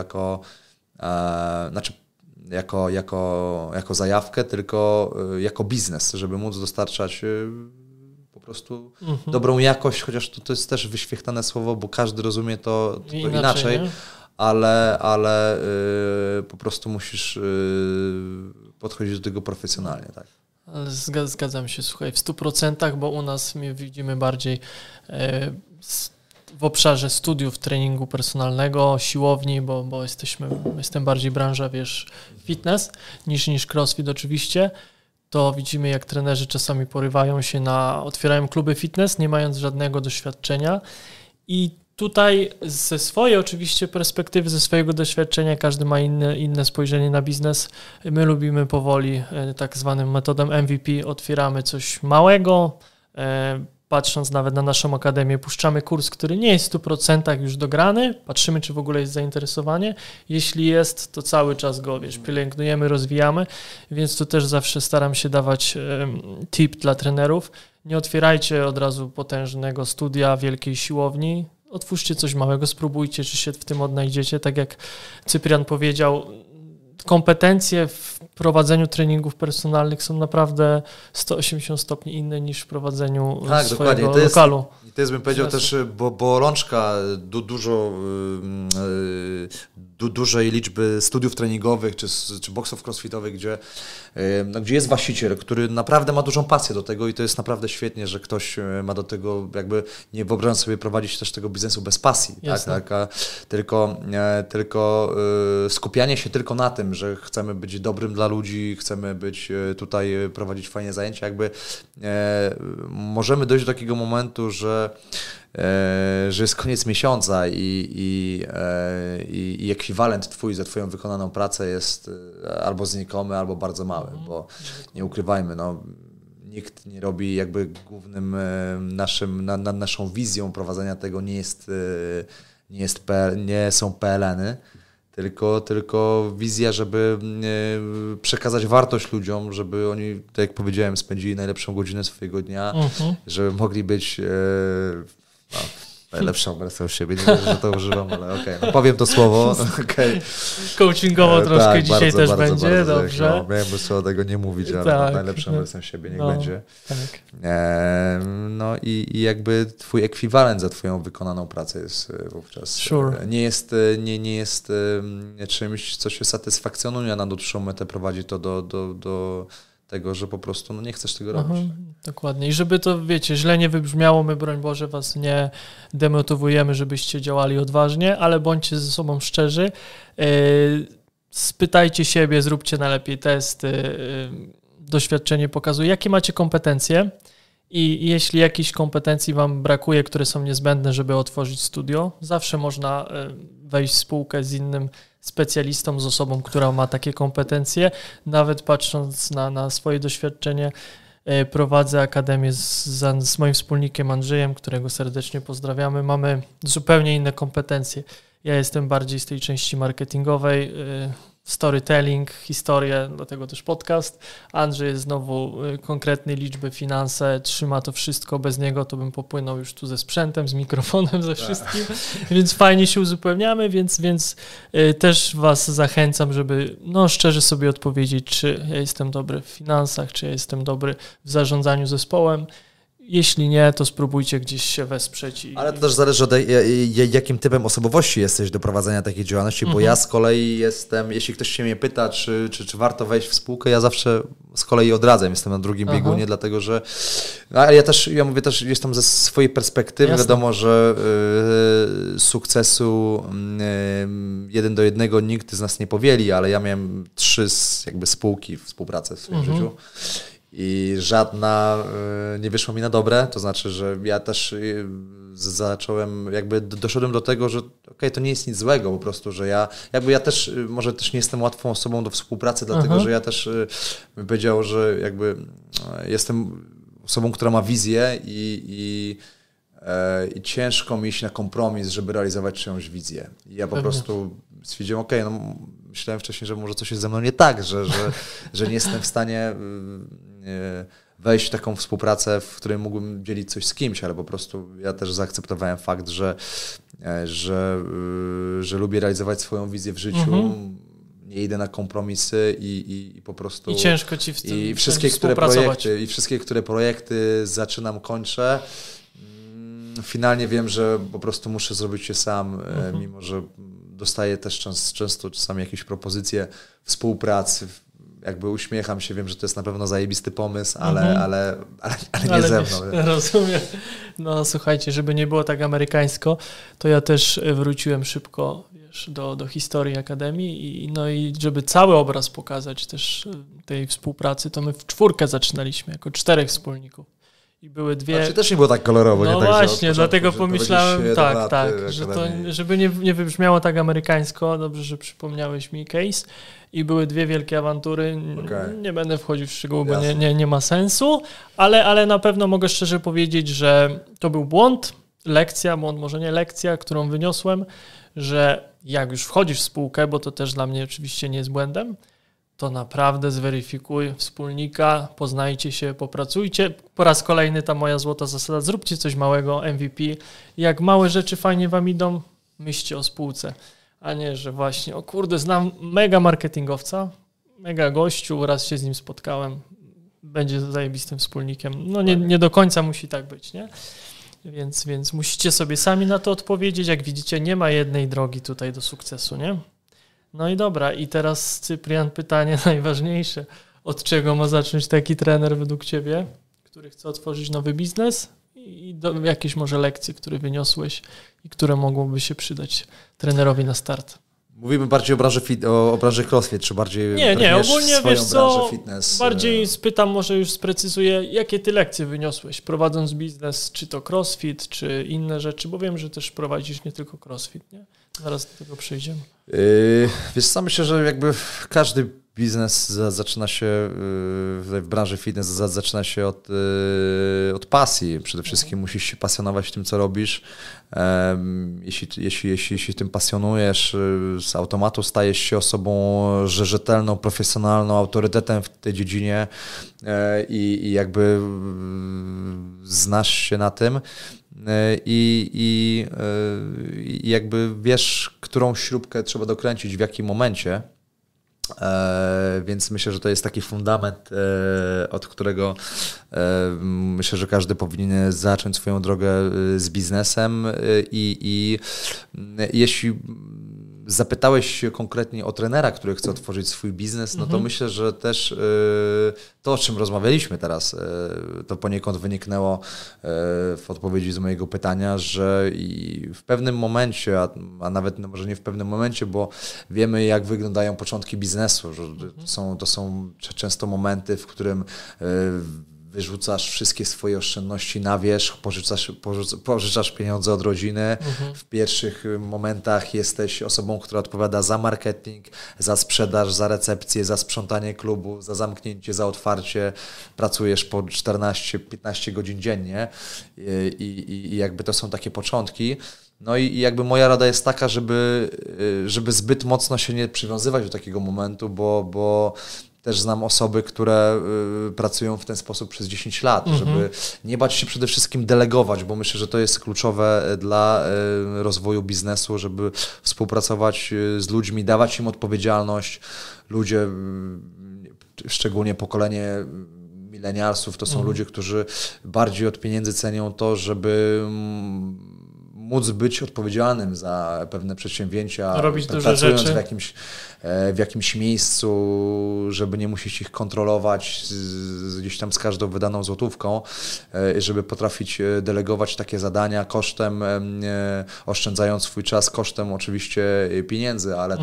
jako zajawkę, tylko jako biznes, żeby móc dostarczać po prostu dobrą jakość, chociaż to jest też wyświechtane słowo, bo każdy rozumie to inaczej, ale po prostu musisz podchodzić do tego profesjonalnie, tak. Ale zgadzam się, słuchaj, w 100%, bo u nas my widzimy bardziej w obszarze studiów treningu personalnego, siłowni, bo jestem bardziej branża, fitness niż crossfit oczywiście, to widzimy, jak trenerzy czasami porywają się otwierają kluby fitness, nie mając żadnego doświadczenia i tutaj ze swojej oczywiście perspektywy, ze swojego doświadczenia każdy ma inne spojrzenie na biznes. My lubimy powoli tak zwanym metodą MVP, otwieramy coś małego, patrząc nawet na naszą akademię, puszczamy kurs, który nie jest w 100% już dograny, patrzymy, czy w ogóle jest zainteresowanie. Jeśli jest, to cały czas go pielęgnujemy, rozwijamy, więc tu też zawsze staram się dawać tip dla trenerów. Nie otwierajcie od razu potężnego studia, wielkiej siłowni, otwórzcie coś małego, spróbujcie, czy się w tym odnajdziecie. Tak jak Cyprian powiedział, kompetencje w prowadzeniu treningów personalnych są naprawdę 180 stopni inne niż w prowadzeniu swojego lokalu. I to jest, bym powiedział, też bolączka dużej liczby studiów treningowych czy boksów crossfitowych, gdzie jest właściciel, który naprawdę ma dużą pasję do tego i to jest naprawdę świetnie, że ktoś ma do tego, jakby nie wyobrażam sobie prowadzić też tego biznesu bez pasji, tak? Tylko skupianie się tylko na tym, że chcemy być dobrym dla ludzi, chcemy być tutaj, prowadzić fajne zajęcia, jakby możemy dojść do takiego momentu, że że jest koniec miesiąca i ekwiwalent twój za twoją wykonaną pracę jest albo znikomy, albo bardzo mały, bo nie ukrywajmy, no, nikt nie robi jakby głównym naszą wizją prowadzenia tego nie są PLN-y, tylko wizja, żeby przekazać wartość ludziom, żeby oni, tak jak powiedziałem, spędzili najlepszą godzinę swojego dnia, żeby mogli być najlepszą wersją siebie. Nie wiem, że to używam, ale okej. No powiem to słowo. Okay. Coachingowo troszkę tak, dzisiaj bardzo, też bardzo, będzie, bardzo, dobrze. No, miałem by tego nie mówić, ale tak, najlepszą wersją siebie niech będzie. Tak. No i jakby twój ekwiwalent za twoją wykonaną pracę jest wówczas. Sure. Nie jest czymś, co się satysfakcjonuje, a na dłuższą metę prowadzi to do tego, że po prostu nie chcesz tego robić. Dokładnie. I żeby to, wiecie, źle nie wybrzmiało, my, broń Boże, was nie demotywujemy, żebyście działali odważnie, ale bądźcie ze sobą szczerzy. Spytajcie siebie, zróbcie najlepiej test. Doświadczenie pokazuje, jakie macie kompetencje i jeśli jakichś kompetencji wam brakuje, które są niezbędne, żeby otworzyć studio, zawsze można wejść w spółkę z innym specjalistą, z osobą, która ma takie kompetencje. Nawet patrząc na swoje doświadczenie, prowadzę akademię z moim wspólnikiem Andrzejem, którego serdecznie pozdrawiamy. Mamy zupełnie inne kompetencje. Ja jestem bardziej z tej części marketingowej, storytelling, historię, dlatego też podcast. Andrzej jest znowu konkretne liczby, finanse, trzyma to wszystko. Bez niego to bym popłynął już tu ze sprzętem, z mikrofonem, ze wszystkim. Więc fajnie się uzupełniamy, więc też was zachęcam, żeby szczerze sobie odpowiedzieć, czy ja jestem dobry w finansach, czy ja jestem dobry w zarządzaniu zespołem. Jeśli nie, to spróbujcie gdzieś się wesprzeć. Ale to też zależy od jakim typem osobowości jesteś do prowadzenia takiej działalności, bo ja z kolei jestem, jeśli ktoś się mnie pyta, czy warto wejść w spółkę, ja zawsze z kolei odradzam, jestem na drugim biegunie, dlatego że ale ja mówię też jakby ze swojej perspektywy, wiadomo, że sukcesu 1 do 1 nikt z nas nie powieli, ale ja miałem 3 jakby spółki, współpracę w swoim życiu. I żadna nie wyszła mi na dobre, to znaczy, że ja też doszedłem do tego, że to nie jest nic złego po prostu, że ja też, może też nie jestem łatwą osobą do współpracy, dlatego, że ja też bym powiedział, że jakby jestem osobą, która ma wizję i ciężko mi iść na kompromis, żeby realizować czyjąś wizję. I ja po prostu stwierdziłem, myślałem wcześniej, że może coś jest ze mną nie tak, że nie jestem w stanie wejść w taką współpracę, w której mógłbym dzielić coś z kimś, ale po prostu ja też zaakceptowałem fakt, że lubię realizować swoją wizję w życiu, nie idę na kompromisy i po prostu... I ciężko ci w tym i wszystkie, które projekty zaczynam, kończę, finalnie wiem, że po prostu muszę zrobić je sam, mimo że dostaję też często czasami jakieś propozycje współpracy, jakby uśmiecham się, wiem, że to jest na pewno zajebisty pomysł, ale nie ze mną. Rozumiem. No słuchajcie, żeby nie było tak amerykańsko, to ja też wróciłem szybko do historii Akademii i żeby cały obraz pokazać też tej współpracy, to my w 4 zaczynaliśmy, jako 4 wspólników. I były 2... Znaczy też nie było tak kolorowo. No nie właśnie, tak, dlatego pomyślałem, że to, żeby nie wybrzmiało tak amerykańsko, dobrze, że przypomniałeś mi case. I były 2 wielkie awantury. Nie będę wchodził w szczegóły, bo nie ma sensu, ale na pewno mogę szczerze powiedzieć, że to był błąd, może nie lekcja, którą wyniosłem, że jak już wchodzisz w spółkę, bo to też dla mnie oczywiście nie jest błędem, to naprawdę zweryfikuj wspólnika, poznajcie się, popracujcie. Po raz kolejny ta moja złota zasada, zróbcie coś małego, MVP. Jak małe rzeczy fajnie wam idą, myślcie o spółce. A nie, że właśnie, znam mega marketingowca, mega gościu, raz się z nim spotkałem, będzie zajebistym wspólnikiem. No nie do końca musi tak być, nie? Więc musicie sobie sami na to odpowiedzieć. Jak widzicie, nie ma jednej drogi tutaj do sukcesu, nie? No i dobra, i teraz Cyprian, pytanie najważniejsze. Od czego ma zacząć taki trener według Ciebie, który chce otworzyć nowy biznes? I jakieś może lekcje, które wyniosłeś i które mogłyby się przydać trenerowi na start? Mówimy bardziej o branży CrossFit, czy bardziej Nie, ogólnie wiesz co, fitness? Bardziej spytam, może już sprecyzuję, jakie ty lekcje wyniosłeś, prowadząc biznes, czy to CrossFit, czy inne rzeczy, bo wiem, że też prowadzisz nie tylko CrossFit, nie? Zaraz do tego przejdziemy. Wiesz co, myślę, że jakby każdy biznes zaczyna się w branży fitness zaczyna się od pasji. Przede wszystkim musisz się pasjonować tym, co robisz. Jeśli tym pasjonujesz, z automatu stajesz się osobą rzetelną, profesjonalną, autorytetem w tej dziedzinie i jakby znasz się na tym. I jakby wiesz, którą śrubkę trzeba dokręcić w jakim momencie. Więc myślę, że to jest taki fundament, od którego myślę, że każdy powinien zacząć swoją drogę z biznesem i jeśli zapytałeś się konkretnie o trenera, który chce otworzyć swój biznes, no to myślę, że też to, o czym rozmawialiśmy teraz, to poniekąd wyniknęło w odpowiedzi z mojego pytania, że i w pewnym momencie, a nawet no może nie w pewnym momencie, bo wiemy, jak wyglądają początki biznesu, że to są często momenty, w którym wyrzucasz wszystkie swoje oszczędności na wierzch, pożyczasz pieniądze od rodziny. W pierwszych momentach jesteś osobą, która odpowiada za marketing, za sprzedaż, za recepcję, za sprzątanie klubu, za zamknięcie, za otwarcie. Pracujesz po 14-15 godzin dziennie i jakby to są takie początki. No i jakby moja rada jest taka, żeby zbyt mocno się nie przywiązywać do takiego momentu, bo też znam osoby, które pracują w ten sposób przez 10 lat, żeby nie bać się przede wszystkim delegować, bo myślę, że to jest kluczowe dla rozwoju biznesu, żeby współpracować z ludźmi, dawać im odpowiedzialność. Ludzie, szczególnie pokolenie milenialsów, to są ludzie, którzy bardziej od pieniędzy cenią to, żeby móc być odpowiedzialnym za pewne przedsięwzięcia, robić duże pracując rzeczy w jakimś miejscu, żeby nie musieć ich kontrolować gdzieś tam z każdą wydaną złotówką, żeby potrafić delegować takie zadania kosztem, oszczędzając swój czas, kosztem oczywiście pieniędzy, ale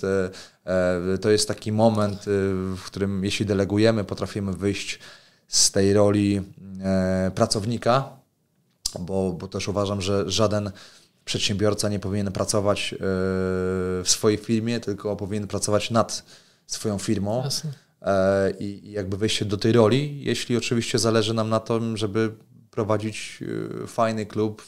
to jest taki moment, w którym jeśli delegujemy, potrafimy wyjść z tej roli pracownika, bo też uważam, że żaden przedsiębiorca nie powinien pracować w swojej firmie, tylko powinien pracować nad swoją firmą. Jasne. I jakby wejść do tej roli, jeśli oczywiście zależy nam na tym, żeby prowadzić fajny klub,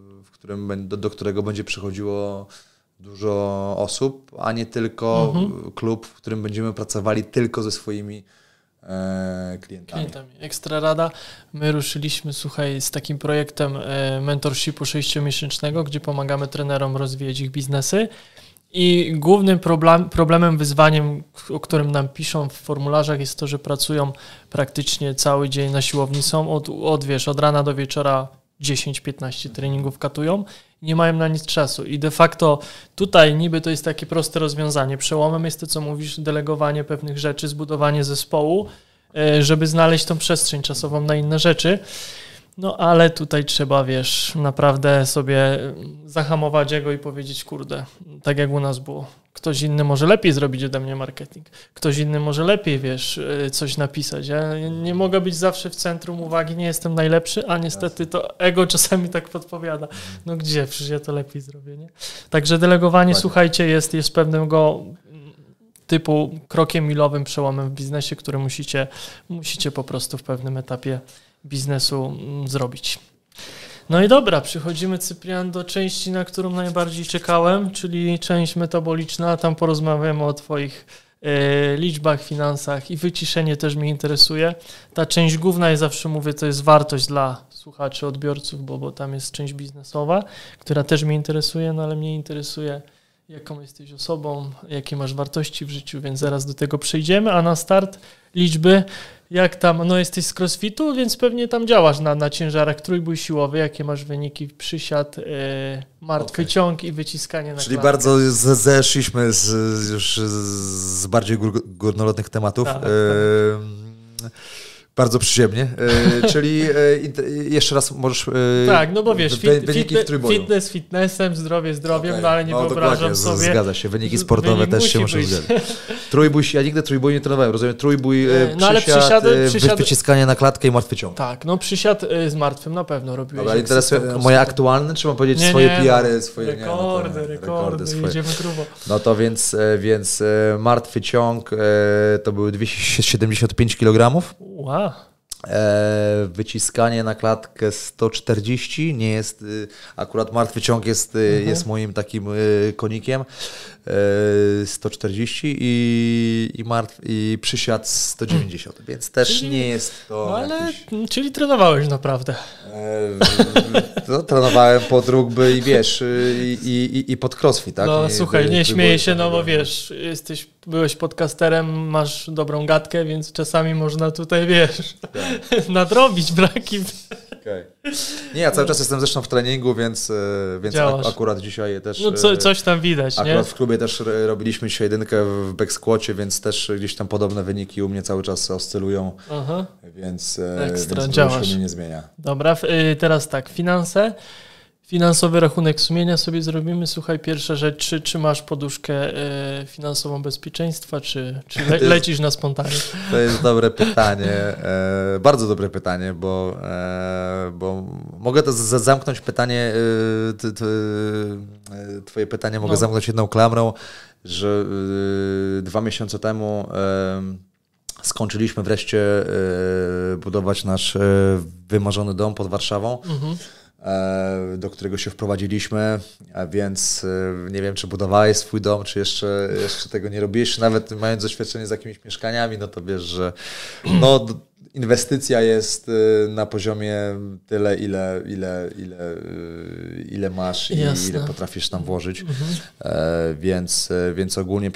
do którego będzie przychodziło dużo osób, a nie tylko klub, w którym będziemy pracowali tylko ze swoimi klientami. Ekstra rada. My ruszyliśmy, słuchaj, z takim projektem mentorshipu 6-miesięcznego, gdzie pomagamy trenerom rozwijać ich biznesy i głównym problemem, wyzwaniem, o którym nam piszą w formularzach, jest to, że pracują praktycznie cały dzień na siłowni, są od rana do wieczora 10-15 treningów katują, nie mają na nic czasu i de facto tutaj niby to jest takie proste rozwiązanie. Przełomem jest to, co mówisz, delegowanie pewnych rzeczy, zbudowanie zespołu, żeby znaleźć tą przestrzeń czasową na inne rzeczy. No ale tutaj trzeba, wiesz, naprawdę sobie zahamować ego i powiedzieć, kurde, tak jak u nas było. Ktoś inny może lepiej zrobić ode mnie marketing. Ktoś inny może lepiej, wiesz, coś napisać. Ja nie mogę być zawsze w centrum uwagi, nie jestem najlepszy, a niestety to ego czasami tak podpowiada. No gdzie? Przecież ja to lepiej zrobię, nie? Także delegowanie, słuchajcie, jest pewnego typu krokiem milowym, przełomem w biznesie, który musicie po prostu w pewnym etapie biznesu zrobić. No i dobra, przychodzimy, Cyprian, do części, na którą najbardziej czekałem, czyli część metaboliczna. Tam porozmawiamy o Twoich liczbach, finansach i wyciszenie też mnie interesuje. Ta część główna, ja zawsze mówię, to jest wartość dla słuchaczy, odbiorców, bo tam jest część biznesowa, która też mnie interesuje, no ale mnie interesuje, jaką jesteś osobą, jakie masz wartości w życiu, więc zaraz do tego przejdziemy, a na start liczby. Jak tam, no jesteś z CrossFitu, więc pewnie tam działasz na ciężarach, trójbój siłowy, jakie masz wyniki, przysiad, martwy ciąg i wyciskanie na Czyli klatkę. bardzo zeszliśmy już z bardziej górnolotnych tematów. Tak. Bardzo przyziemnie, czyli jeszcze raz możesz... Tak, no bo wiesz, wyniki w trójboju. Fitness fitnessem, zdrowie zdrowiem, no ale nie wyobrażam sobie... Zgadza się, wyniki sportowe też się muszą zgadzać. Trójbój, ja nigdy trójbój nie trenowałem, rozumiem, trójbój, przysiad, wyciskanie na klatkę i martwy ciąg. Tak, no przysiad z martwym na pewno robiłeś. Dobra, interesuje moje aktualne, czy mam powiedzieć swoje PR-y? Rekordy, jedziemy grubo. No to więc martwy ciąg to były 275 kg. Wow. Wyciskanie na klatkę 140, nie jest, akurat martwy ciąg jest moim takim konikiem, 140 i przysiad 190, więc też nie jest to no ale, jakiś... Czyli trenowałeś naprawdę. Trenowałem pod rugby i wiesz, i pod crossfit, tak? No słuchaj, nie śmieję się, no bo wiesz, byłeś podcasterem, masz dobrą gadkę, więc czasami można tutaj, wiesz, nadrobić braki. Okay. Nie, ja cały czas jestem zresztą w treningu, więc akurat dzisiaj też... No coś tam widać, akurat nie? w klubie też robiliśmy dzisiaj jedynkę w back squacie, więc też gdzieś tam podobne wyniki u mnie cały czas oscylują, więc działasz. Się nie zmienia. Dobra, teraz tak, finanse. Finansowy rachunek sumienia sobie zrobimy. Słuchaj, pierwsza rzecz, czy masz poduszkę finansową bezpieczeństwa, czy lecisz na spontanie? To jest dobre pytanie, bardzo dobre pytanie, bo mogę to zamknąć pytanie, twoje pytanie mogę zamknąć jedną klamrą, że 2 miesiące temu skończyliśmy wreszcie budować nasz wymarzony dom pod Warszawą. Do którego się wprowadziliśmy, a więc nie wiem, czy budowałeś swój dom, czy jeszcze tego nie robiłeś, nawet mając doświadczenie z jakimiś mieszkaniami, no to wiesz, że inwestycja jest na poziomie tyle, ile masz i ile potrafisz tam włożyć. Więc ogólnie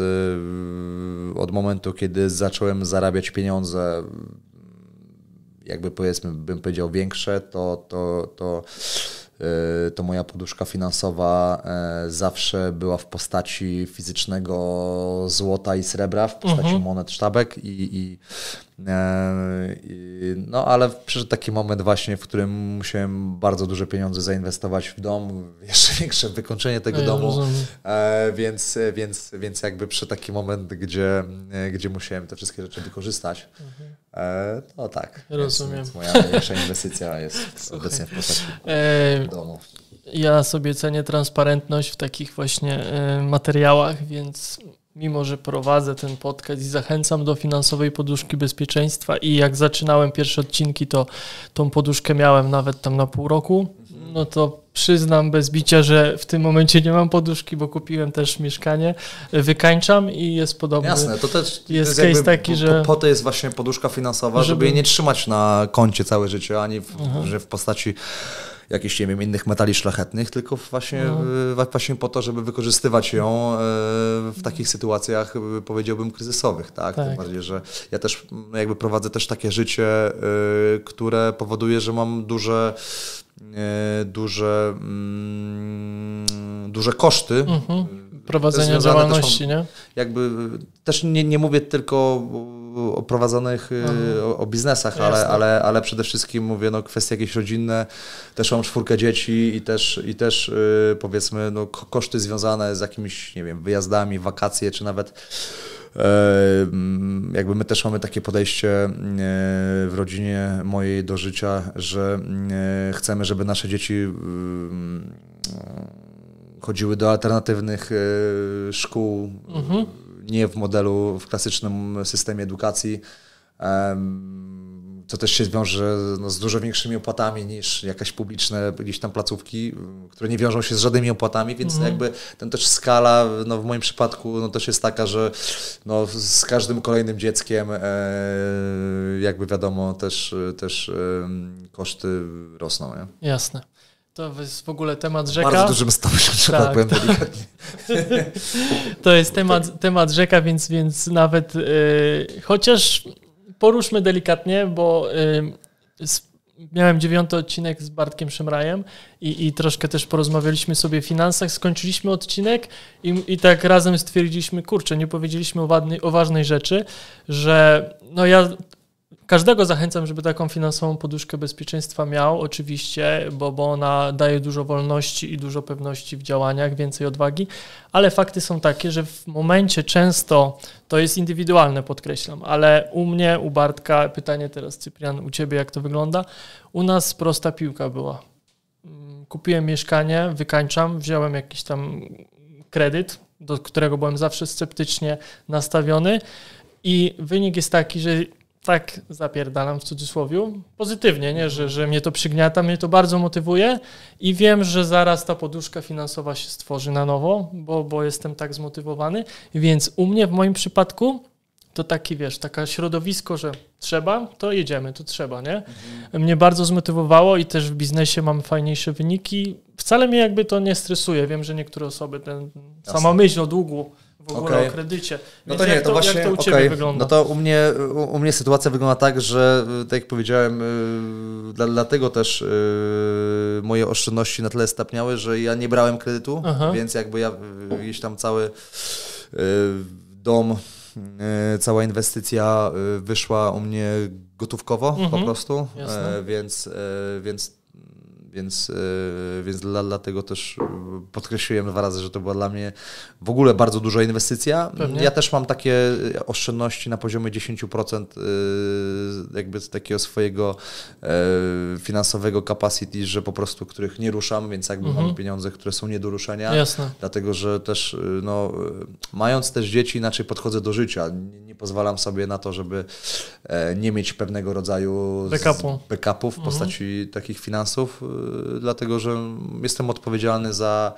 od momentu, kiedy zacząłem zarabiać pieniądze, jakby powiedzmy, bym powiedział większe, to moja poduszka finansowa zawsze była w postaci fizycznego złota i srebra, w postaci monet, sztabek no ale przyszedł taki moment właśnie, w którym musiałem bardzo duże pieniądze zainwestować w dom, jeszcze większe wykończenie tego domu, więc jakby przyszedł taki moment, gdzie musiałem te wszystkie rzeczy wykorzystać. No tak, rozumiem. Więc moja największa inwestycja jest obecnie w postaci domu. Ja sobie cenię transparentność w takich właśnie materiałach, więc mimo że prowadzę ten podcast i zachęcam do finansowej poduszki bezpieczeństwa i jak zaczynałem pierwsze odcinki, to tą poduszkę miałem nawet tam na pół roku, no to przyznam bez bicia, że w tym momencie nie mam poduszki, bo kupiłem też mieszkanie, wykańczam i jest podobny. Jasne, to też jest case taki, że... Po to jest właśnie poduszka finansowa, żeby jej nie trzymać na koncie całe życie, ani w postaci jakichś, nie wiem, innych metali szlachetnych, tylko właśnie po to, żeby wykorzystywać ją w takich sytuacjach, powiedziałbym, kryzysowych, tak? Tym bardziej, że ja też jakby prowadzę też takie życie, które powoduje, że mam duże koszty. Prowadzenia działalności, nie? Jakby też nie mówię tylko o prowadzonych, o biznesach, ale przede wszystkim mówię, kwestie jakieś rodzinne, też mam 4 dzieci i też powiedzmy koszty związane z jakimiś, nie wiem, wyjazdami, wakacje, czy nawet jakby my też mamy takie podejście w rodzinie mojej do życia, że chcemy, żeby nasze dzieci chodziły do alternatywnych szkół, nie w klasycznym systemie edukacji, co też się wiąże z dużo większymi opłatami niż jakaś publiczne gdzieś tam placówki, które nie wiążą się z żadnymi opłatami, więc jakby ten też skala, w moim przypadku też jest taka, że z każdym kolejnym dzieckiem jakby wiadomo też koszty rosną. Nie? Jasne. To jest w ogóle temat rzeka. Bardzo dużym stopniu, że tak powiem delikatnie. To jest temat rzeka, więc nawet chociaż poruszmy delikatnie, bo miałem 9 odcinek z Bartkiem Szemrajem i troszkę też porozmawialiśmy sobie o finansach, skończyliśmy odcinek i tak razem stwierdziliśmy, kurczę, nie powiedzieliśmy o ważnej rzeczy, że ja każdego zachęcam, żeby taką finansową poduszkę bezpieczeństwa miał, oczywiście, bo ona daje dużo wolności i dużo pewności w działaniach, więcej odwagi, ale fakty są takie, że w momencie często, to jest indywidualne, podkreślam, ale u mnie, u Bartka, pytanie teraz, Cyprian, u ciebie jak to wygląda? U nas prosta piłka była. Kupiłem mieszkanie, wykańczam, wziąłem jakiś tam kredyt, do którego byłem zawsze sceptycznie nastawiony i wynik jest taki, że tak zapierdalam w cudzysłowie, pozytywnie, nie? Że mnie to przygniata, mnie to bardzo motywuje i wiem, że zaraz ta poduszka finansowa się stworzy na nowo, bo jestem tak zmotywowany, więc u mnie w moim przypadku to taki, wiesz, taka środowisko, że trzeba, to jedziemy, to trzeba, nie? Mnie bardzo zmotywowało i też w biznesie mamy fajniejsze wyniki. Wcale mnie jakby to nie stresuje. Wiem, że niektóre osoby, sama myśl o długu, w ogóle o kredycie. No to nie, to właśnie, jak to u ciebie wygląda? No to u mnie sytuacja wygląda tak, że tak jak powiedziałem, dlatego też moje oszczędności na tyle stopniały, że ja nie brałem kredytu, więc jakby ja gdzieś tam cały dom, cała inwestycja wyszła u mnie gotówkowo po prostu, więc dlatego też podkreśliłem 2 razy, że to była dla mnie w ogóle bardzo duża inwestycja. Pewnie. Ja też mam takie oszczędności na poziomie 10% jakby z takiego swojego finansowego capacity, że po prostu których nie ruszam, więc jakby mam pieniądze, które są nie do ruszenia. Jasne. Dlatego, że też mając też dzieci inaczej podchodzę do życia. Nie pozwalam sobie na to, żeby nie mieć pewnego rodzaju backupu w postaci takich finansów, dlatego że jestem odpowiedzialny za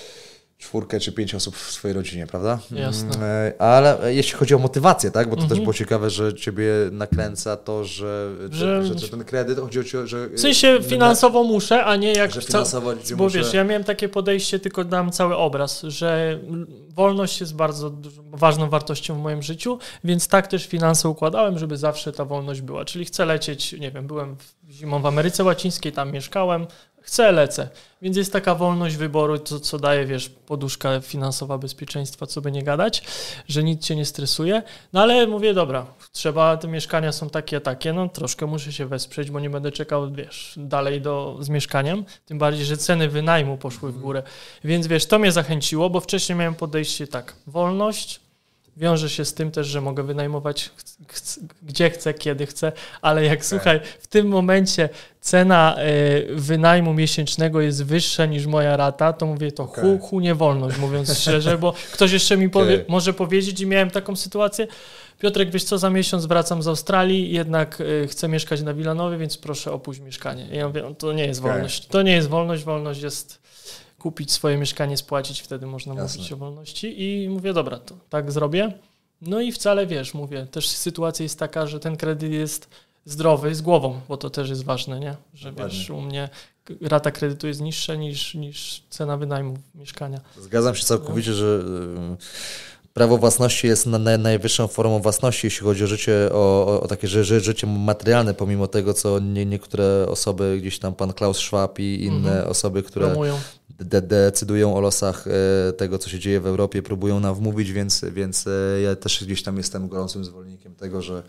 4 czy 5 osób w swojej rodzinie, prawda? Jasne. Ale jeśli chodzi o motywację, tak, bo to też było ciekawe, że ciebie nakręca to, że ten kredyt, chodzi o to, że... W sensie finansowo muszę, a nie jak... Że finansowo bo wiesz, ja miałem takie podejście, tylko dam cały obraz, że wolność jest bardzo ważną wartością w moim życiu, więc tak też finanse układałem, żeby zawsze ta wolność była. Czyli chcę lecieć, nie wiem, byłem zimą w Ameryce Łacińskiej, tam mieszkałem, lecę. Więc jest taka wolność wyboru, co daje, wiesz, poduszka finansowa bezpieczeństwa, co by nie gadać, że nic cię nie stresuje. No ale mówię, dobra, te mieszkania są takie, no troszkę muszę się wesprzeć, bo nie będę czekał, wiesz, dalej z mieszkaniem. Tym bardziej, że ceny wynajmu poszły w górę. Więc wiesz, to mnie zachęciło, bo wcześniej miałem podejście tak, wolność, wiąże się z tym też, że mogę wynajmować gdzie chcę, kiedy chcę, ale jak słuchaj, w tym momencie cena wynajmu miesięcznego jest wyższa niż moja rata, to mówię to niewolność, mówiąc szczerze, bo ktoś jeszcze mi może powiedzieć i miałem taką sytuację, Piotrek, wiesz co, za miesiąc wracam z Australii, jednak chcę mieszkać na Wilanowie, więc proszę opuść mieszkanie. I ja mówię, to nie jest wolność. To nie jest wolność, wolność jest kupić swoje mieszkanie, spłacić, wtedy można mówić o wolności i mówię, dobra, to tak zrobię. No i wcale, wiesz, mówię, też sytuacja jest taka, że ten kredyt jest zdrowy z głową, bo to też jest ważne, nie? Że wiesz, u mnie rata kredytu jest niższa niż cena wynajmu mieszkania. Zgadzam się całkowicie, że prawo własności jest najwyższą formą własności, jeśli chodzi o życie, o takie życie materialne, pomimo tego, co niektóre osoby, gdzieś tam pan Klaus Schwab i inne osoby, które decydują o losach tego, co się dzieje w Europie, próbują nam wmówić, więc ja też gdzieś tam jestem gorącym zwolennikiem tego, że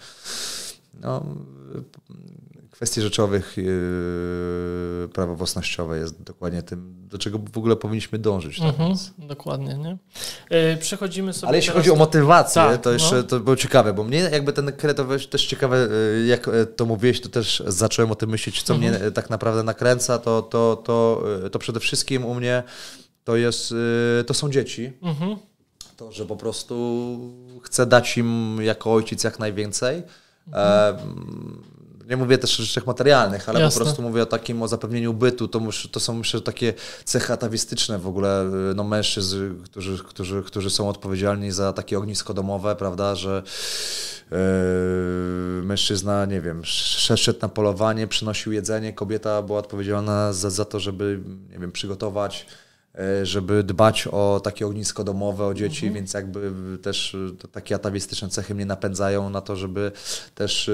kwestii rzeczowych prawo własnościowe jest dokładnie tym, do czego w ogóle powinniśmy dążyć. Tak? Dokładnie, nie? Przechodzimy sobie. Ale jeśli chodzi o motywację, to jeszcze to było ciekawe, bo mnie jakby ten kredyt też ciekawe, jak to mówiłeś, to też zacząłem o tym myśleć, co mnie tak naprawdę nakręca, to przede wszystkim u mnie to są dzieci. To, że po prostu chcę dać im jako ojciec jak najwięcej. Nie mówię też o rzeczach materialnych, ale po prostu mówię o zapewnieniu bytu. To są, myślę, takie cechy atawistyczne w ogóle mężczyzn, którzy są odpowiedzialni za takie ognisko domowe, prawda, że mężczyzna, nie wiem, szedł na polowanie, przynosił jedzenie, kobieta była odpowiedzialna za to, żeby, nie wiem, przygotować, żeby dbać o takie ognisko domowe, o dzieci, więc jakby też takie atawistyczne cechy mnie napędzają na to, żeby też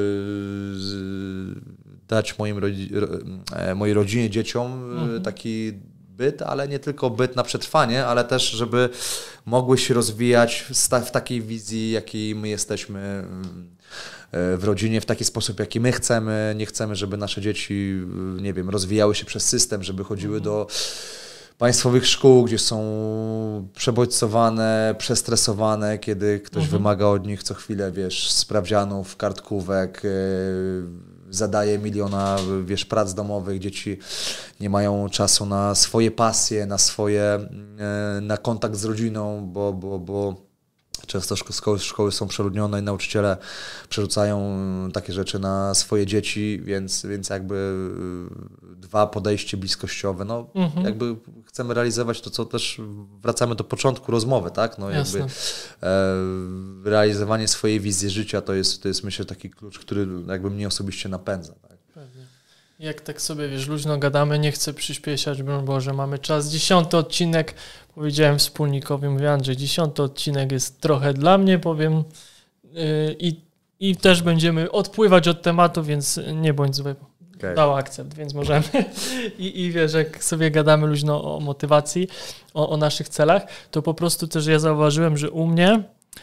dać mojej rodzinie, dzieciom taki byt, ale nie tylko byt na przetrwanie, ale też, żeby mogły się rozwijać w takiej wizji, jakiej my jesteśmy w rodzinie, w taki sposób, jaki my chcemy. Nie chcemy, żeby nasze dzieci, nie wiem, rozwijały się przez system, żeby chodziły do państwowych szkół, gdzie są przebodźcowane, przestresowane, kiedy ktoś wymaga od nich co chwilę, wiesz, sprawdzianów, kartkówek, zadaje miliona, wiesz, prac domowych, dzieci nie mają czasu na swoje pasje, na kontakt z rodziną, bo często szkoły są przeludnione i nauczyciele przerzucają takie rzeczy na swoje dzieci, więc jakby dwa podejście bliskościowe, no jakby chcemy realizować to, co też wracamy do początku rozmowy, tak? No jakby realizowanie swojej wizji życia to jest myślę taki klucz, który jakby mnie osobiście napędza. Tak? Pewnie. Jak tak sobie, wiesz, luźno gadamy, nie chcę przyspieszać, broń Boże, mamy czas. 10. odcinek, powiedziałem wspólnikowi, mówię, Andrzej, 10. odcinek jest trochę dla mnie, powiem, i też będziemy odpływać od tematu, więc nie bądź zły. Okay. Dał akcept, więc możemy. I wiesz, jak sobie gadamy luźno o motywacji, o naszych celach, to po prostu też ja zauważyłem, że u mnie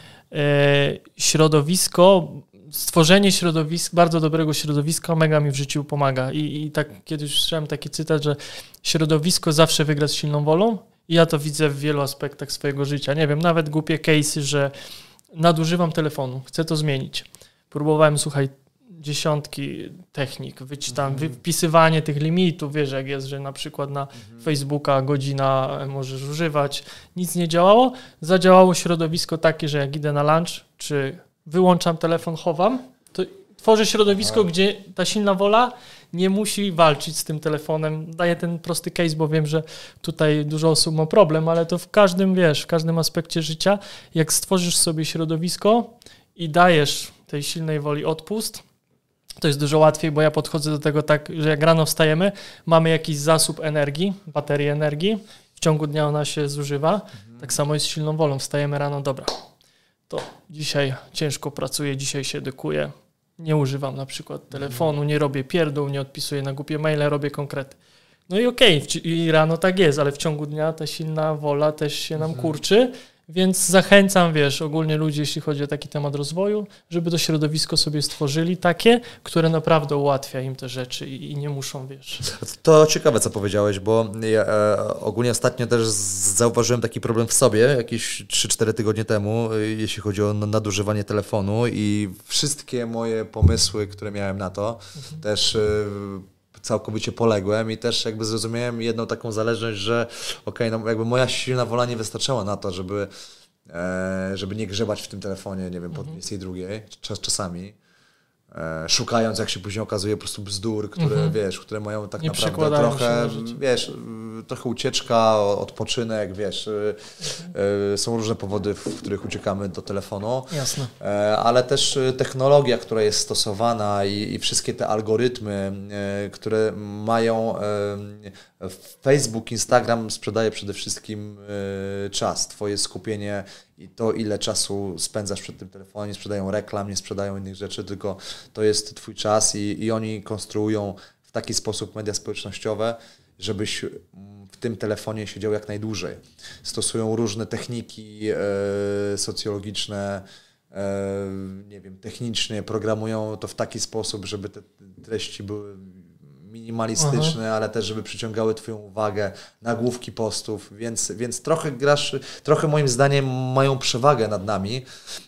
środowisko, stworzenie bardzo dobrego środowiska mega mi w życiu pomaga. I tak kiedyś słyszałem taki cytat, że środowisko zawsze wygra z silną wolą i ja to widzę w wielu aspektach swojego życia. Nie wiem, nawet głupie case'y, że nadużywam telefonu, chcę to zmienić. Próbowałem, słuchaj, dziesiątki technik, wpisywanie tych limitów, wiesz jak jest, że na przykład na Facebooka godzina możesz używać, nic nie działało. Zadziałało środowisko takie, że jak idę na lunch, czy wyłączam telefon, chowam, to tworzę środowisko, gdzie ta silna wola nie musi walczyć z tym telefonem. Daję ten prosty case, bo wiem, że tutaj dużo osób ma problem, ale to w każdym, wiesz, w każdym aspekcie życia, jak stworzysz sobie środowisko i dajesz tej silnej woli odpust, to jest dużo łatwiej, bo ja podchodzę do tego tak, że jak rano wstajemy, mamy jakiś zasób energii, baterię energii, w ciągu dnia ona się zużywa, tak samo jest z silną wolą. Wstajemy rano, dobra, to dzisiaj ciężko pracuję, dzisiaj się edukuję, nie używam na przykład telefonu, nie robię pierdół, nie odpisuję na głupie maile, robię konkrety. No i okej, i rano tak jest, ale w ciągu dnia ta silna wola też się nam kurczy, więc zachęcam, wiesz, ogólnie ludzi, jeśli chodzi o taki temat rozwoju, żeby to środowisko sobie stworzyli takie, które naprawdę ułatwia im te rzeczy i nie muszą, wiesz. To ciekawe, co powiedziałeś, bo ja ogólnie ostatnio też zauważyłem taki problem w sobie, jakieś 3-4 tygodnie temu, jeśli chodzi o nadużywanie telefonu i wszystkie moje pomysły, które miałem na to, też całkowicie poległem i też jakby zrozumiałem jedną taką zależność, że no jakby moja silna wola nie wystarczała na to, żeby nie grzebać w tym telefonie, nie wiem, po 22 czasami, szukając, jak się później okazuje, po prostu bzdur, które, wiesz, które mają tak nie naprawdę trochę, wiesz, trochę ucieczka, odpoczynek, wiesz, są różne powody, w których uciekamy do telefonu. Jasne. Ale też technologia, która jest stosowana i wszystkie te algorytmy, które mają Facebook, Instagram sprzedaje przede wszystkim czas, twoje skupienie i to, ile czasu spędzasz przed tym telefonem, nie sprzedają reklam, nie sprzedają innych rzeczy, tylko to jest twój czas i oni konstruują w taki sposób media społecznościowe, żebyś w tym telefonie siedział jak najdłużej. Stosują różne techniki socjologiczne, nie wiem, technicznie, programują to w taki sposób, żeby te treści były minimalistyczne, ale też, żeby przyciągały twoją uwagę, nagłówki postów, więc trochę moim zdaniem mają przewagę nad nami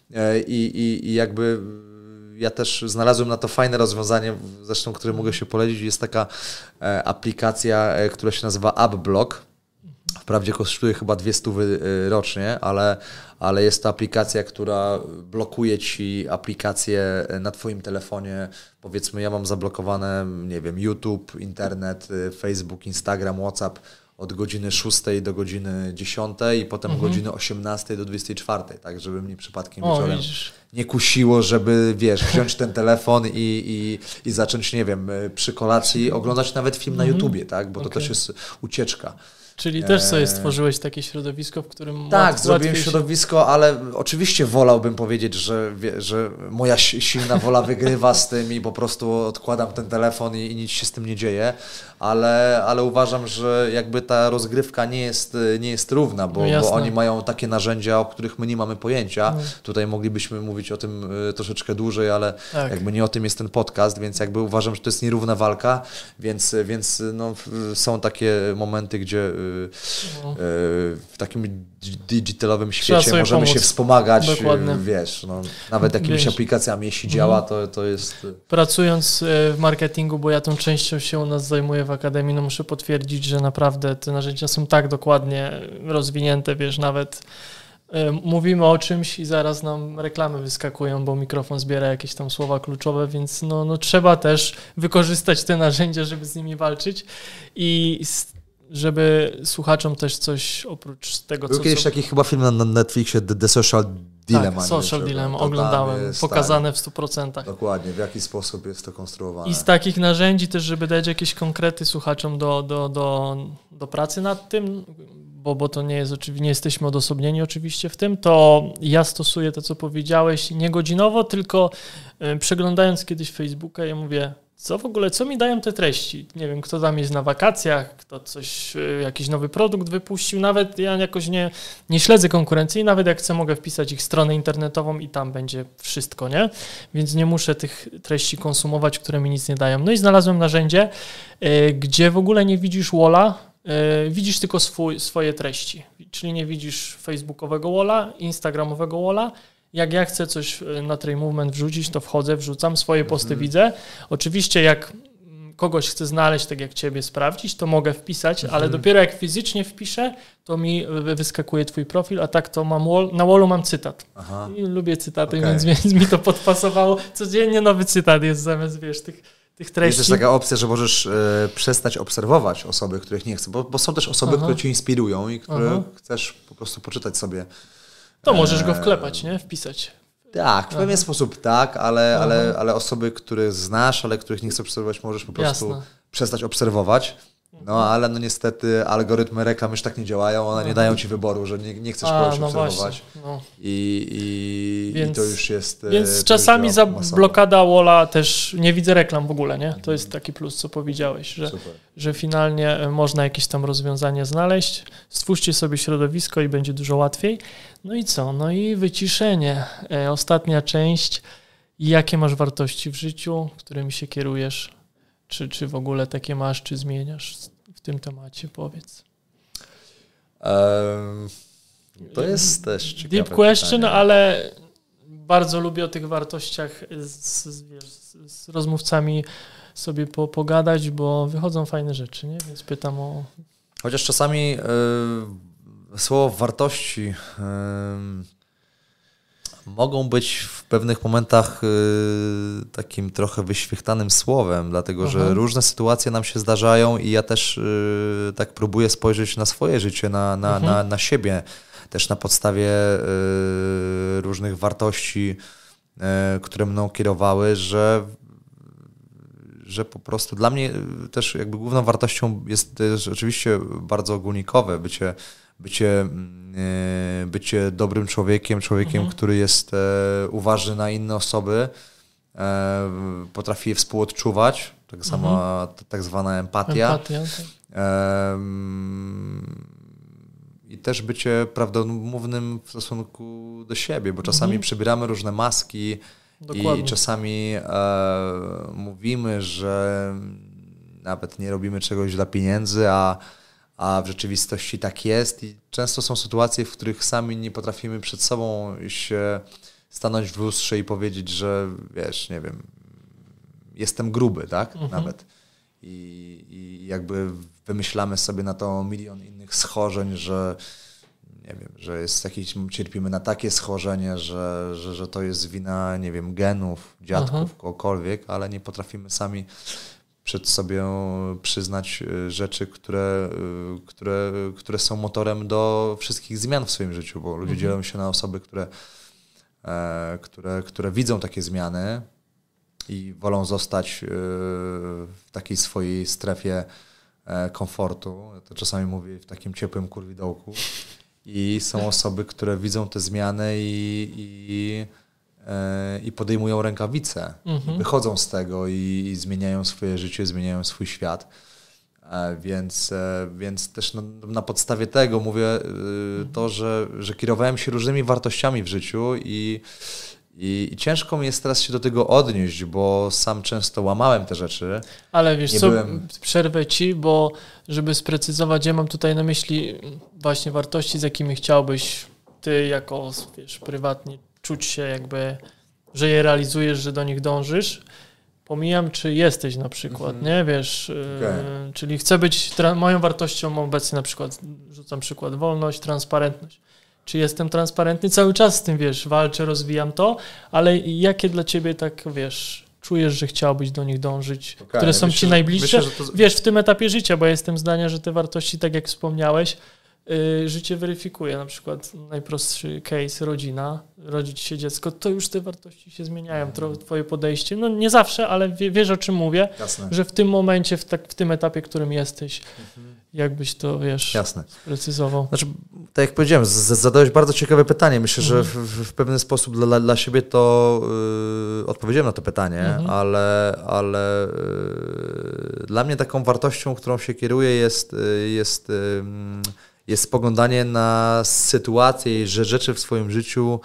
i jakby ja też znalazłem na to fajne rozwiązanie, zresztą, które mogę się polecić. Jest taka aplikacja, która się nazywa AppBlock. Wprawdzie kosztuje chyba 200 rocznie, ale jest to aplikacja, która blokuje ci aplikacje na twoim telefonie. Powiedzmy, ja mam zablokowane, nie wiem, YouTube, internet, Facebook, Instagram, WhatsApp od godziny 6 do godziny 10 i potem od godziny 18 do 24, tak, żeby mnie przypadkiem wieczorem nie kusiło, żeby, wiesz, wziąć ten telefon i zacząć, nie wiem, przy kolacji oglądać nawet film na YouTubie, tak? Bo to też jest ucieczka. Czyli też sobie stworzyłeś takie środowisko, w którym tak, zrobiłem środowisko, ale oczywiście wolałbym powiedzieć, że moja silna wola wygrywa z tym i po prostu odkładam ten telefon i nic się z tym nie dzieje, ale uważam, że jakby ta rozgrywka nie jest równa, bo oni mają takie narzędzia, o których my nie mamy pojęcia. Tutaj moglibyśmy mówić o tym troszeczkę dłużej, ale jakby nie o tym jest ten podcast, więc jakby uważam, że to jest nierówna walka, więc no, są takie momenty, gdzie w takim digitalowym świecie możemy się wspomagać, wiesz, no, nawet jakimiś aplikacjami, jeśli działa, to jest... Pracując w marketingu, bo ja tą częścią się u nas zajmuję w Akademii, no muszę potwierdzić, że naprawdę te narzędzia są tak dokładnie rozwinięte, wiesz, nawet mówimy o czymś i zaraz nam reklamy wyskakują, bo mikrofon zbiera jakieś tam słowa kluczowe, więc no trzeba też wykorzystać te narzędzia, żeby z nimi walczyć i żeby słuchaczom też coś oprócz tego, Był kiedyś taki chyba film na Netflixie, The Social Dilemma. Tak, Social Dilemma, oglądałem, pokazane w 100%. Dokładnie, w jaki sposób jest to konstruowane. I z takich narzędzi też, żeby dać jakieś konkrety słuchaczom do pracy nad tym, bo to nie jest oczywiście, nie jesteśmy odosobnieni oczywiście w tym, to ja stosuję to, co powiedziałeś, nie godzinowo, tylko przeglądając kiedyś Facebooka, ja mówię, co mi dają te treści? Nie wiem, kto tam jest na wakacjach, kto jakiś nowy produkt wypuścił, nawet ja jakoś nie śledzę konkurencji, nawet jak chcę, mogę wpisać ich stronę internetową i tam będzie wszystko, nie? Więc nie muszę tych treści konsumować, które mi nic nie dają. No i znalazłem narzędzie, gdzie w ogóle nie widzisz walla, widzisz tylko swoje treści, czyli nie widzisz facebookowego walla, instagramowego walla. Jak ja chcę coś na Tray Movement wrzucić, to wchodzę, wrzucam, swoje posty widzę. Oczywiście jak kogoś chcę znaleźć, tak jak ciebie sprawdzić, to mogę wpisać, ale dopiero jak fizycznie wpiszę, to mi wyskakuje twój profil, a tak to mam na wallu mam cytat. Aha. I lubię cytaty, więc mi to podpasowało. Codziennie nowy cytat jest zamiast, wiesz, tych treści. Jest też taka opcja, że możesz przestać obserwować osoby, których nie chcesz, bo są też osoby, które cię inspirują i które chcesz po prostu poczytać sobie. To możesz go wklepać, nie? Wpisać. Tak, w pewien sposób tak, ale osoby, które znasz, ale których nie chcesz obserwować, możesz po prostu przestać obserwować. No ale no niestety algorytmy reklam już tak nie działają, one nie dają ci wyboru, że nie chcesz kogoś obserwować. No. I to już jest... Więc czasami za blokada walla też nie widzę reklam w ogóle, nie? To jest taki plus, co powiedziałeś, że finalnie można jakieś tam rozwiązanie znaleźć. Stwórzcie sobie środowisko i będzie dużo łatwiej. No i co? No i wyciszenie. Ostatnia część. Jakie masz wartości w życiu, którymi się kierujesz? Czy w ogóle takie masz, czy zmieniasz w tym temacie? Powiedz. To jest też ciekawe deep question, pytanie. Ale bardzo lubię o tych wartościach z rozmówcami sobie pogadać, bo wychodzą fajne rzeczy, nie? Więc pytam o... Chociaż czasami słowo wartości mogą być w pewnych momentach takim trochę wyświechtanym słowem, dlatego że różne sytuacje nam się zdarzają i ja też tak próbuję spojrzeć na swoje życie, na siebie, też na podstawie różnych wartości, które mną kierowały, że po prostu dla mnie też jakby główną wartością jest oczywiście bardzo ogólnikowe, bycie dobrym człowiekiem, który jest uważny na inne osoby, potrafi je współodczuwać, tak sama tak zwana empatia. Tak. I też bycie prawdomównym w stosunku do siebie, bo czasami przybieramy różne maski. Dokładnie. I czasami mówimy, że nawet nie robimy czegoś dla pieniędzy, a w rzeczywistości tak jest i często są sytuacje, w których sami nie potrafimy przed sobą się stanąć w lustrze i powiedzieć, że wiesz, nie wiem, jestem gruby, tak? Nawet. I jakby wymyślamy sobie na to milion innych schorzeń, że nie wiem, że cierpimy na takie schorzenie, że to jest wina, nie wiem, genów, dziadków, kogokolwiek, ale nie potrafimy sami przed sobie przyznać rzeczy, które są motorem do wszystkich zmian w swoim życiu, bo ludzie dzielą się na osoby, które które widzą takie zmiany i wolą zostać w takiej swojej strefie komfortu. Ja to czasami mówię w takim ciepłym kurwidołku. I są osoby, które widzą te zmiany i podejmują rękawice. Wychodzą z tego i zmieniają swoje życie, zmieniają swój świat. Więc też na podstawie tego mówię to, że kierowałem się różnymi wartościami w życiu i ciężko mi jest teraz się do tego odnieść, bo sam często łamałem te rzeczy. Ale wiesz co, przerwę ci, bo żeby sprecyzować, ja mam tutaj na myśli właśnie wartości, z jakimi chciałbyś ty jako, wiesz, prywatnie czuć się jakby, że je realizujesz, że do nich dążysz. Pomijam, czy jesteś na przykład, nie? Wiesz, czyli chcę być, moją wartością obecnie na przykład, rzucam przykład, wolność, transparentność. Czy jestem transparentny? Cały czas z tym, wiesz, walczę, rozwijam to, ale jakie dla ciebie tak, wiesz, czujesz, że chciałbyś do nich dążyć, które są ci najbliższe? Wiesz, w tym etapie życia, bo ja jestem zdania, że te wartości, tak jak wspomniałeś, życie weryfikuje. Na przykład najprostszy case, rodzina, rodzi ci się dziecko, to już te wartości się zmieniają, twoje podejście. No nie zawsze, ale wiesz, o czym mówię. Jasne. Że w tym momencie, w tym etapie, w którym jesteś, jakbyś to, wiesz, sprecyzował. Znaczy, tak jak powiedziałem, zadałeś bardzo ciekawe pytanie. Myślę, że w pewien sposób dla siebie to odpowiedziałem na to pytanie, ale dla mnie taką wartością, którą się kieruję jest spoglądanie na sytuacje i rzeczy w swoim życiu,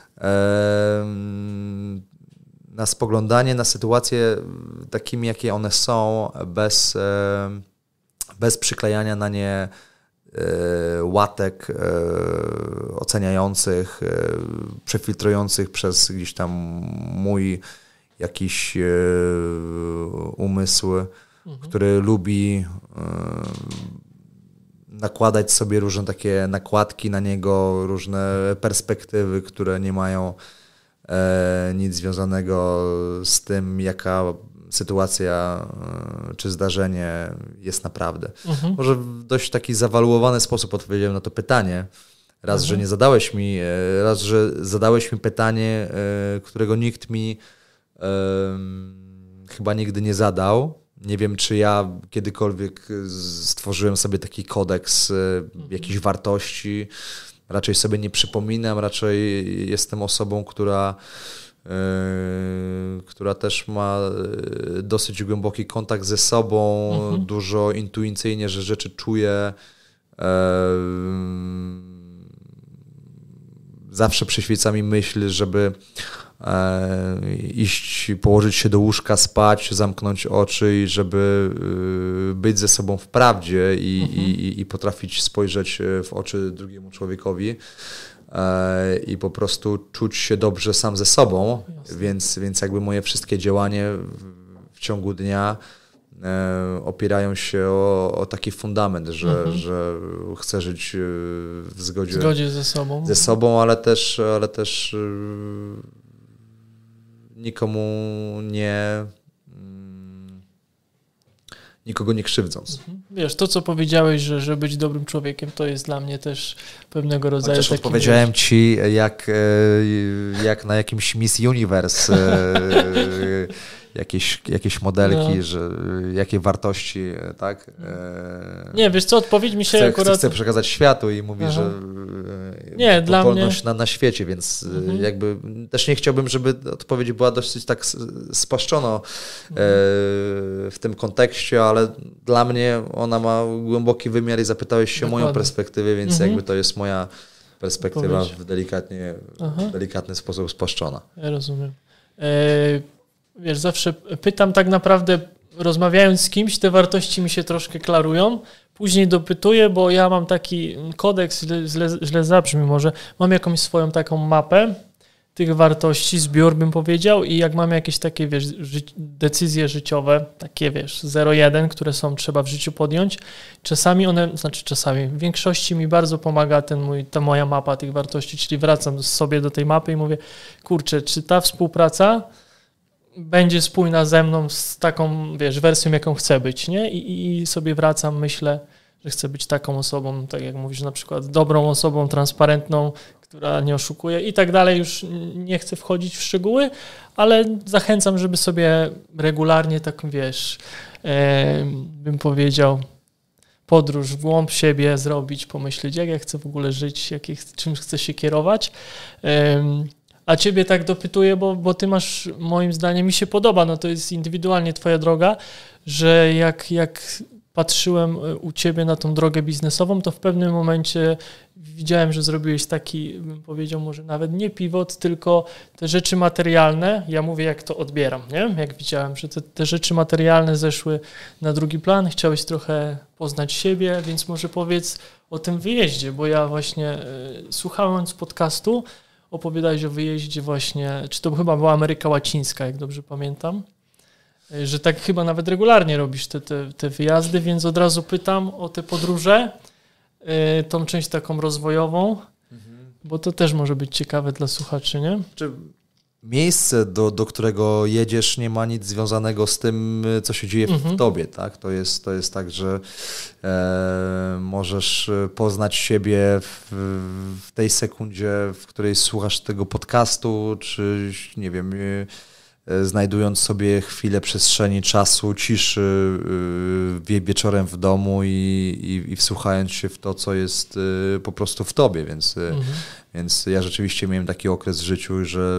na spoglądanie na sytuacje takimi, jakie one są, bez przyklejania na nie łatek oceniających, przefiltrujących przez gdzieś tam mój jakiś umysł, który lubi nakładać sobie różne takie nakładki na niego, różne perspektywy, które nie mają nic związanego z tym, jaka sytuacja czy zdarzenie jest naprawdę. Może w dość taki zawaluowany sposób odpowiedziałem na to pytanie. Raz, że nie zadałeś mi, raz, że zadałeś mi pytanie, którego nikt mi chyba nigdy nie zadał. Nie wiem, czy ja kiedykolwiek stworzyłem sobie taki kodeks jakichś wartości. Raczej sobie nie przypominam, raczej jestem osobą, która też ma dosyć głęboki kontakt ze sobą, dużo intuicyjnie, że rzeczy czuje. Zawsze przyświeca mi myśl, żeby iść, położyć się do łóżka, spać, zamknąć oczy i żeby być ze sobą w prawdzie i potrafić spojrzeć w oczy drugiemu człowiekowi i po prostu czuć się dobrze sam ze sobą, więc jakby moje wszystkie działania w ciągu dnia opierają się o taki fundament, że chcę żyć w zgodzie ze sobą, ale też nikogo nie krzywdząc. Wiesz, to co powiedziałeś, że być dobrym człowiekiem, to jest dla mnie też pewnego rodzaju taki... odpowiedziałem ci jak na jakimś Miss Universe jakieś modelki, że jakie wartości, tak? Nie, wiesz co, odpowiedź mi się chcę przekazać światu i mówi, że wolność na świecie, więc jakby też nie chciałbym, żeby odpowiedź była dosyć tak spłaszczona w tym kontekście, ale dla mnie ona ma głęboki wymiar i zapytałeś się o moją perspektywę, więc jakby to jest moja perspektywa w delikatny sposób spłaszczona. Ja rozumiem. Wiesz, zawsze pytam tak naprawdę, rozmawiając z kimś, te wartości mi się troszkę klarują, później dopytuję, bo ja mam taki kodeks, źle zabrzmi może, mam jakąś swoją taką mapę tych wartości, zbiór bym powiedział i jak mam jakieś takie, wiesz, decyzje życiowe, takie, wiesz, 0-1, które trzeba w życiu podjąć, czasami w większości mi bardzo pomaga ta moja mapa tych wartości, czyli wracam sobie do tej mapy i mówię, kurczę, czy ta współpraca będzie spójna ze mną z taką, wiesz, wersją, jaką chcę być, nie? I sobie wracam, myślę, że chcę być taką osobą, tak jak mówisz, na przykład dobrą osobą, transparentną, która nie oszukuje i tak dalej. Już nie chcę wchodzić w szczegóły, ale zachęcam, żeby sobie regularnie tak, wiesz, bym powiedział, podróż w głąb siebie zrobić, pomyśleć, jak ja chcę w ogóle żyć, czym chcę się kierować. A ciebie tak dopytuję, bo ty masz, moim zdaniem, mi się podoba, no to jest indywidualnie twoja droga, że jak patrzyłem u ciebie na tą drogę biznesową, to w pewnym momencie widziałem, że zrobiłeś taki, bym powiedział, może nawet nie pivot, tylko te rzeczy materialne. Ja mówię, jak to odbieram, nie? Jak widziałem, że te rzeczy materialne zeszły na drugi plan, chciałeś trochę poznać siebie, więc może powiedz o tym wyjeździe, bo ja właśnie słuchając podcastu, opowiadałeś o wyjeździe właśnie, czy to chyba była Ameryka Łacińska, jak dobrze pamiętam, że tak chyba nawet regularnie robisz te wyjazdy, więc od razu pytam o te podróże, tą część taką rozwojową, bo to też może być ciekawe dla słuchaczy, nie? Miejsce, do którego jedziesz, nie ma nic związanego z tym, co się dzieje w tobie, tak? To jest tak, że możesz poznać siebie w tej sekundzie, w której słuchasz tego podcastu, czy nie wiem, znajdując sobie chwilę przestrzeni, czasu, ciszy wieczorem w domu i wsłuchając się w to, co jest po prostu w tobie, więc ja rzeczywiście miałem taki okres w życiu, że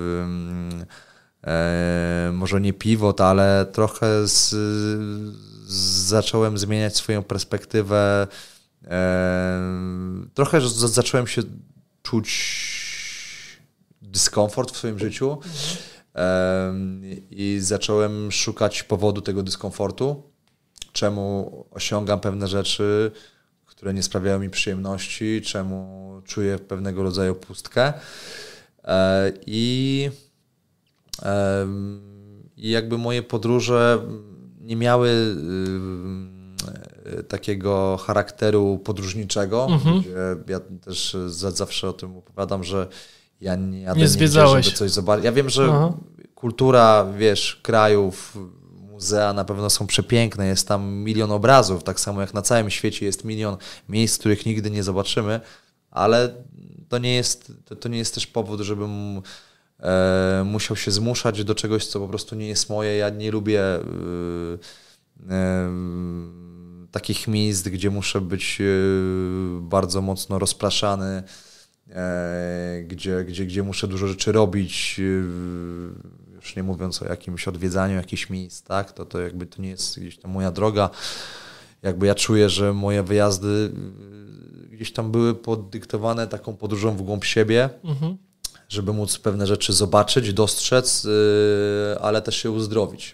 może nie pivot, ale trochę zacząłem zmieniać swoją perspektywę, trochę zacząłem się czuć dyskomfort w swoim życiu. I zacząłem szukać powodu tego dyskomfortu, czemu osiągam pewne rzeczy, które nie sprawiają mi przyjemności, czemu czuję pewnego rodzaju pustkę i jakby moje podróże nie miały takiego charakteru podróżniczego, gdzie ja też zawsze o tym opowiadam, że ja nie jadę nigdzie, żeby coś zobaczyć. Ja wiem, że kultura, wiesz, krajów, muzea na pewno są przepiękne, jest tam milion obrazów, tak samo jak na całym świecie jest milion miejsc, których nigdy nie zobaczymy, ale to nie jest też powód, żebym musiał się zmuszać do czegoś, co po prostu nie jest moje. Ja nie lubię takich miejsc, gdzie muszę być bardzo mocno rozpraszany, gdzie muszę dużo rzeczy robić, już nie mówiąc o jakimś odwiedzaniu jakichś miejsc, tak? To jakby to nie jest gdzieś tam moja droga. Jakby ja czuję, że moje wyjazdy gdzieś tam były podyktowane taką podróżą w głąb siebie, żeby móc pewne rzeczy zobaczyć, dostrzec, ale też się uzdrowić,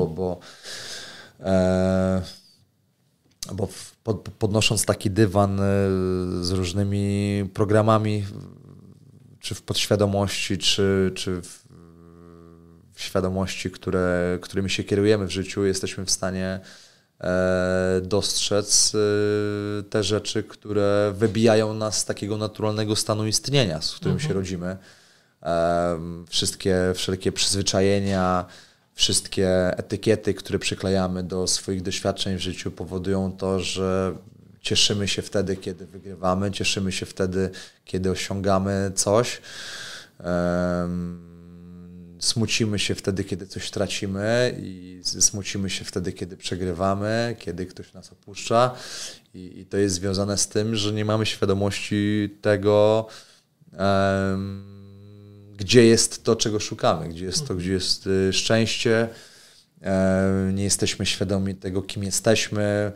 bo podnosząc taki dywan z różnymi programami, czy w podświadomości, czy w świadomości, którymi się kierujemy w życiu, jesteśmy w stanie dostrzec te rzeczy, które wybijają nas z takiego naturalnego stanu istnienia, z którym się rodzimy. Wszelkie przyzwyczajenia, wszystkie etykiety, które przyklejamy do swoich doświadczeń w życiu, powodują to, że cieszymy się wtedy, kiedy wygrywamy, cieszymy się wtedy, kiedy osiągamy coś, smucimy się wtedy, kiedy coś tracimy i smucimy się wtedy, kiedy przegrywamy, kiedy ktoś nas opuszcza i to jest związane z tym, że nie mamy świadomości tego, gdzie jest to, czego szukamy, gdzie jest szczęście, nie jesteśmy świadomi tego, kim jesteśmy,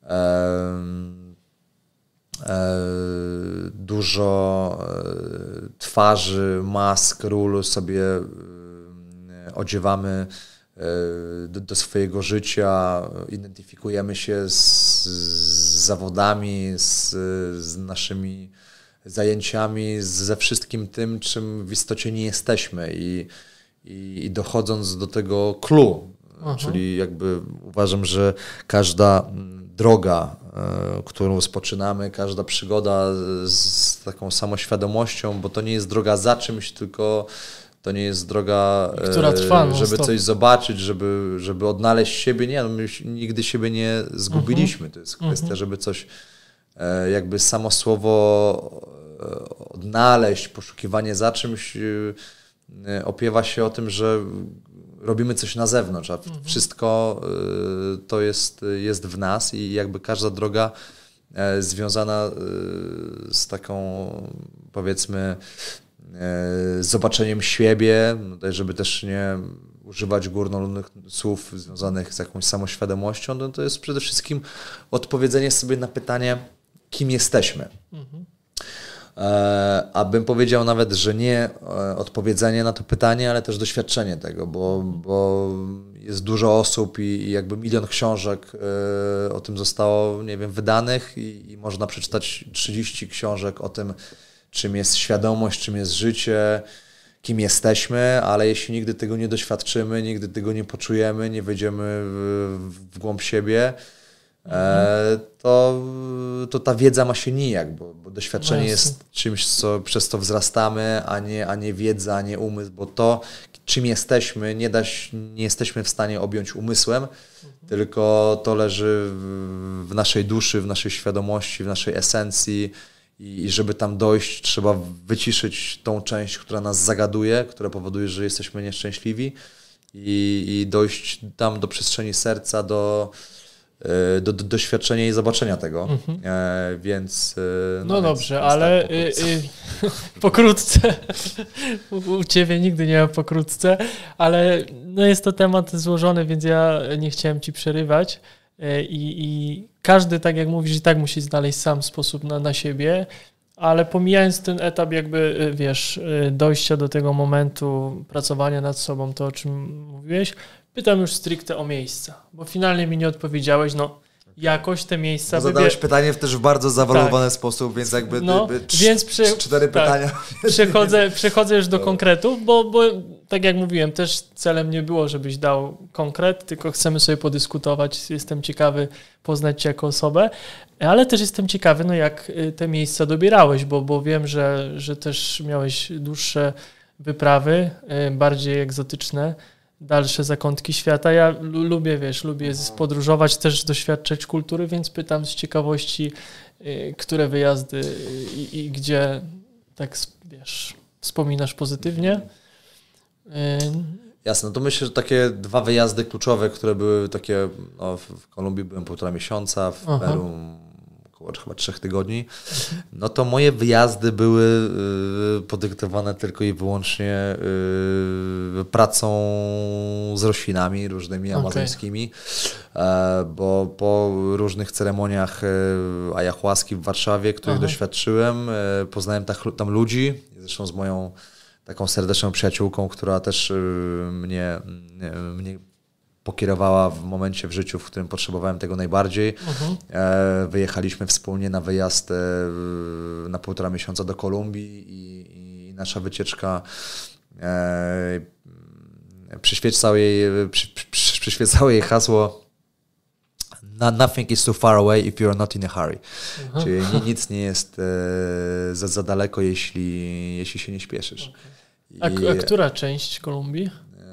dużo twarzy, mask, ról sobie odziewamy do swojego życia, identyfikujemy się z zawodami, z naszymi zajęciami, ze wszystkim tym, czym w istocie nie jesteśmy i dochodząc do tego clue, czyli jakby uważam, że każda droga, którą rozpoczynamy, każda przygoda z taką samoświadomością, bo to nie jest droga za czymś, tylko to nie jest droga, która trwa, żeby coś zobaczyć, żeby odnaleźć siebie. Nie, no my nigdy siebie nie zgubiliśmy. To jest kwestia, żeby coś jakby samo słowo odnaleźć, poszukiwanie za czymś opiewa się o tym, że robimy coś na zewnątrz, a wszystko to jest w nas i jakby każda droga związana z taką, powiedzmy, zobaczeniem siebie, żeby też nie używać górnolotnych słów związanych z jakąś samoświadomością, no to jest przede wszystkim odpowiedzenie sobie na pytanie, kim jesteśmy. A bym powiedział nawet, że nie odpowiedzenie na to pytanie, ale też doświadczenie tego, bo jest dużo osób i jakby milion książek o tym zostało, nie wiem, wydanych i można przeczytać 30 książek o tym, czym jest świadomość, czym jest życie, kim jesteśmy, ale jeśli nigdy tego nie doświadczymy, nigdy tego nie poczujemy, nie wejdziemy w głąb siebie, to ta wiedza ma się nijak, bo doświadczenie jest czymś, przez co wzrastamy, a nie wiedza, a nie umysł, bo to, czym jesteśmy, nie jesteśmy w stanie objąć umysłem, tylko to leży w naszej duszy, w naszej świadomości, w naszej esencji i żeby tam dojść, trzeba wyciszyć tą część, która nas zagaduje, która powoduje, że jesteśmy nieszczęśliwi i dojść tam do przestrzeni serca, do doświadczenia i zobaczenia tego, więc... No dobrze, ale pokrótce, u Ciebie nigdy nie ma pokrótce, ale no jest to temat złożony, więc ja nie chciałem Ci przerywać i każdy, tak jak mówisz, i tak musi znaleźć sam sposób na siebie, ale pomijając ten etap jakby, wiesz, dojścia do tego momentu, pracowania nad sobą, to o czym mówiłeś, pytam już stricte o miejsca, bo finalnie mi nie odpowiedziałeś, no jakoś te miejsca... Zadałeś pytanie też w bardzo zawalowany sposób, więc jakby cztery pytania. Przechodzę już do konkretów, bo tak jak mówiłem, też celem nie było, żebyś dał konkret, tylko chcemy sobie podyskutować, jestem ciekawy poznać Cię jako osobę, ale też jestem ciekawy, no jak te miejsca dobierałeś, bo wiem, że też miałeś dłuższe wyprawy, bardziej egzotyczne, dalsze zakątki świata. Ja lubię podróżować, też doświadczać kultury, więc pytam z ciekawości, które wyjazdy i gdzie tak, wiesz, wspominasz pozytywnie. Jasne, to myślę, że takie dwa wyjazdy kluczowe, które były takie, no, w Kolumbii byłem 1,5 miesiąca, w Peru około chyba 3 tygodni, no to moje wyjazdy były podyktowane tylko i wyłącznie pracą z roślinami różnymi amazońskimi, bo po różnych ceremoniach ayahuaski w Warszawie, których doświadczyłem, poznałem tam ludzi, zresztą z moją taką serdeczną przyjaciółką, która też mnie pokierowała w momencie w życiu, w którym potrzebowałem tego najbardziej. Wyjechaliśmy wspólnie na wyjazd na 1,5 miesiąca do Kolumbii i nasza wycieczka przyświecało jej hasło Nothing is too far away if you're not in a hurry. Czyli nic nie jest za daleko, jeśli się nie śpieszysz. A która część Kolumbii?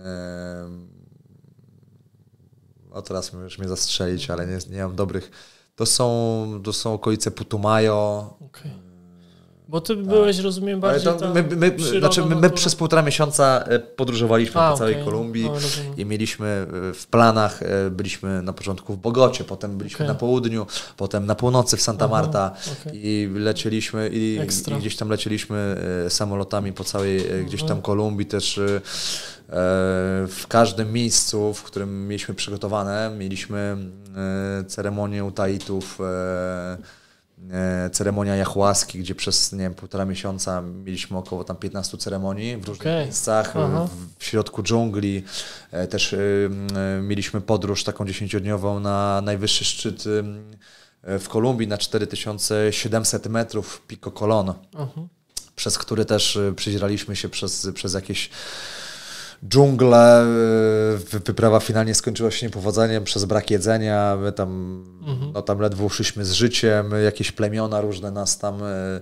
Teraz możesz mnie zastrzelić, ale nie mam dobrych. To są okolice Putumayo. Bo ty byłeś, rozumiem, bardziej my przez 1,5 miesiąca podróżowaliśmy po całej Kolumbii i mieliśmy w planach, byliśmy na początku w Bogocie, potem byliśmy na południu, potem na północy w Santa Marta i lecieliśmy i gdzieś tam lecieliśmy samolotami po całej gdzieś tam Kolumbii też. W każdym miejscu, w którym mieliśmy przygotowane, mieliśmy ceremonię Utaitów, ceremonia ayahuaski, gdzie przez 1,5 miesiąca mieliśmy około tam 15 ceremonii w różnych miejscach, w środku dżungli. Też mieliśmy podróż taką 10-dniową na najwyższy szczyt w Kolumbii na 4700 metrów Pico Colón, przez który też przedzieraliśmy się przez jakieś dżunglę. Wyprawa finalnie skończyła się niepowodzeniem przez brak jedzenia. My tam, no tam ledwo szliśmy z życiem. Jakieś plemiona różne nas tam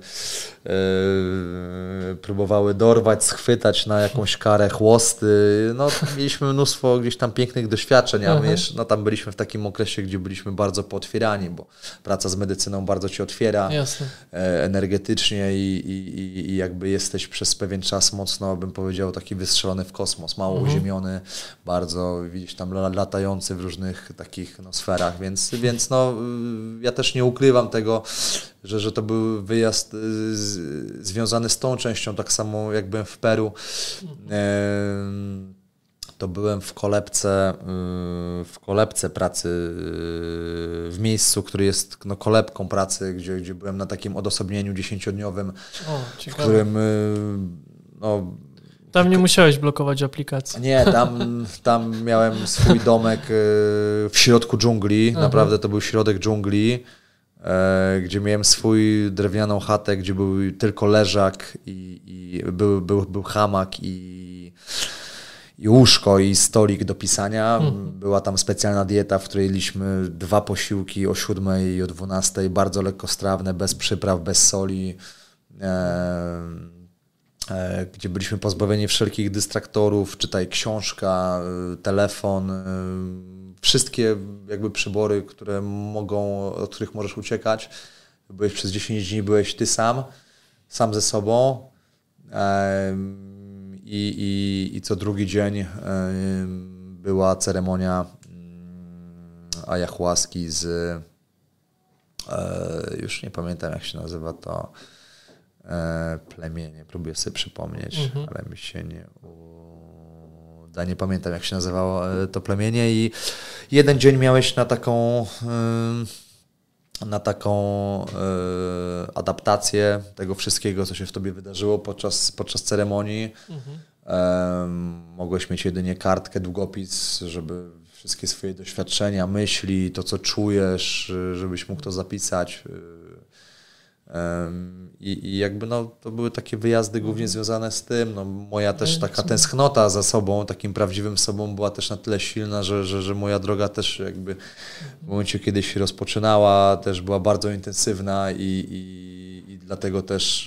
próbowały dorwać, schwytać na jakąś karę, chłosty. No, mieliśmy mnóstwo gdzieś tam pięknych doświadczeń, a my jeszcze, no, tam byliśmy w takim okresie, gdzie byliśmy bardzo pootwierani, bo praca z medycyną bardzo cię otwiera energetycznie i jakby jesteś przez pewien czas mocno, bym powiedział, taki wystrzelony w kosmos, mało uziemiony, bardzo gdzieś tam latający w różnych takich sferach, więc no, ja też nie ukrywam tego, że to był wyjazd związany z tą częścią, tak samo jak byłem w Peru. To byłem w kolebce pracy, w miejscu, który jest kolebką pracy, gdzie byłem na takim odosobnieniu 10-dniowym, w którym tam nie musiałeś blokować aplikacji. Nie, tam miałem swój domek w środku dżungli, naprawdę to był środek dżungli, gdzie miałem swój drewnianą chatę, gdzie był tylko leżak i był hamak i łóżko i stolik do pisania. Była tam specjalna dieta, w której jedliśmy 2 posiłki o 7 i o 12, bardzo lekkostrawne, bez przypraw, bez soli, gdzie byliśmy pozbawieni wszelkich dystraktorów, czytaj książka, telefon, wszystkie jakby przybory, od których możesz uciekać. Byłeś przez 10 dni, byłeś ty sam ze sobą i co drugi dzień była ceremonia ayahuaski z już nie pamiętam, jak się nazywa to plemienie, próbuję sobie przypomnieć, ale mi się nie uda, nie pamiętam, jak się nazywało to plemienie i jeden dzień miałeś na taką adaptację tego wszystkiego, co się w tobie wydarzyło podczas ceremonii. Mogłeś mieć jedynie kartkę, długopis, żeby wszystkie swoje doświadczenia, myśli, to co czujesz, żebyś mógł to zapisać. I jakby to były takie wyjazdy głównie związane z tym. Moja też taka tęsknota za sobą, takim prawdziwym sobą była też na tyle silna, że moja droga też jakby w momencie, kiedy się rozpoczynała, też była bardzo intensywna i dlatego też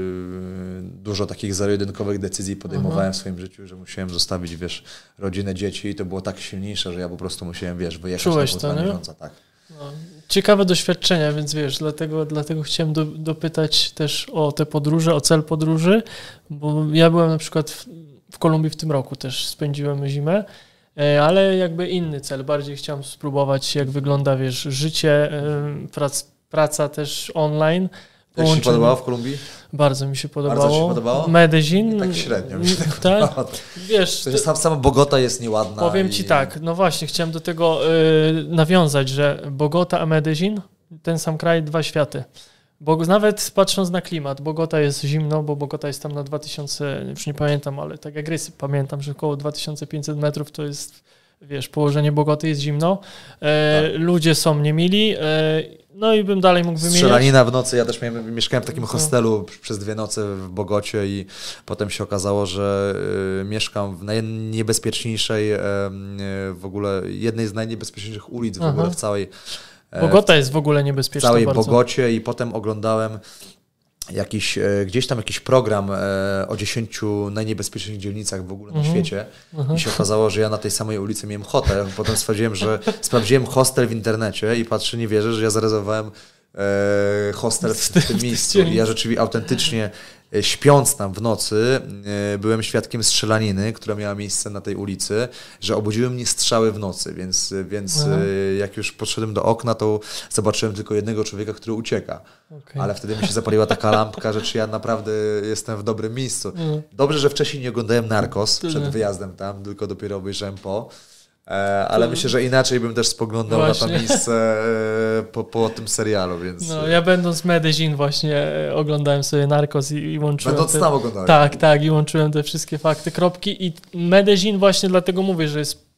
dużo takich zero-jedynkowych decyzji podejmowałem w swoim życiu, że musiałem zostawić, rodzinę, dzieci i to było tak silniejsze, że ja po prostu musiałem, wyjechać na 2 miesiące. Tak. Ciekawe doświadczenia, więc dlatego chciałem dopytać też o te podróże, o cel podróży, bo ja byłem na przykład w Kolumbii w tym roku, też spędziłem zimę, ale jakby inny cel, bardziej chciałem spróbować, jak wygląda, życie, praca też online. Jak się podobało w Kolumbii? Bardzo mi się podobało. Bardzo ci się podobało? Medellin. Tak średnio. Tak? Sama Bogota jest nieładna. Powiem ci tak, no właśnie, chciałem do tego nawiązać, że Bogota a Medellin, ten sam kraj, 2 światy. Bo nawet patrząc na klimat, Bogota jest zimno, bo Bogota jest tam na 2000, już nie pamiętam, ale tak jak rysy pamiętam, że około 2500 metrów to jest, położenie Bogoty, jest zimno. Ludzie są niemili. No i bym dalej mógł wymieniać. Strzelanina w nocy. Ja też mieszkałem w takim hostelu przez 2 noce w Bogocie i potem się okazało, że mieszkam w najniebezpieczniejszej w ogóle, jednej z najniebezpieczniejszych ulic w ogóle w całej Bogota jest w ogóle niebezpieczna w całej bardzo. Bogocie i potem oglądałem gdzieś tam jakiś program o 10 najniebezpieczniejszych dzielnicach w ogóle na świecie i się okazało, że ja na tej samej ulicy miałem hotel. Potem stwierdziłem, że sprawdziłem hostel w internecie i patrzę, nie wierzę, że ja zarezerwowałem hostel w tym miejscu. I ja rzeczywiście autentycznie śpiąc tam w nocy byłem świadkiem strzelaniny, która miała miejsce na tej ulicy, że obudziły mnie strzały w nocy, więc jak już podszedłem do okna, to zobaczyłem tylko jednego człowieka, który ucieka. Okay. Ale wtedy mi się zapaliła taka lampka, że czy ja naprawdę jestem w dobrym miejscu. Dobrze, że wcześniej nie oglądałem Narcos przed wyjazdem tam, tylko dopiero obejrzałem ale myślę, że inaczej bym też spoglądał na to miejsce po tym serialu, więc... No, ja będąc w Medellin właśnie oglądałem sobie Narcos i łączyłem... Będąc tam oglądałem. Tak, i łączyłem te wszystkie fakty, kropki i Medellin właśnie dlatego mówię, że jest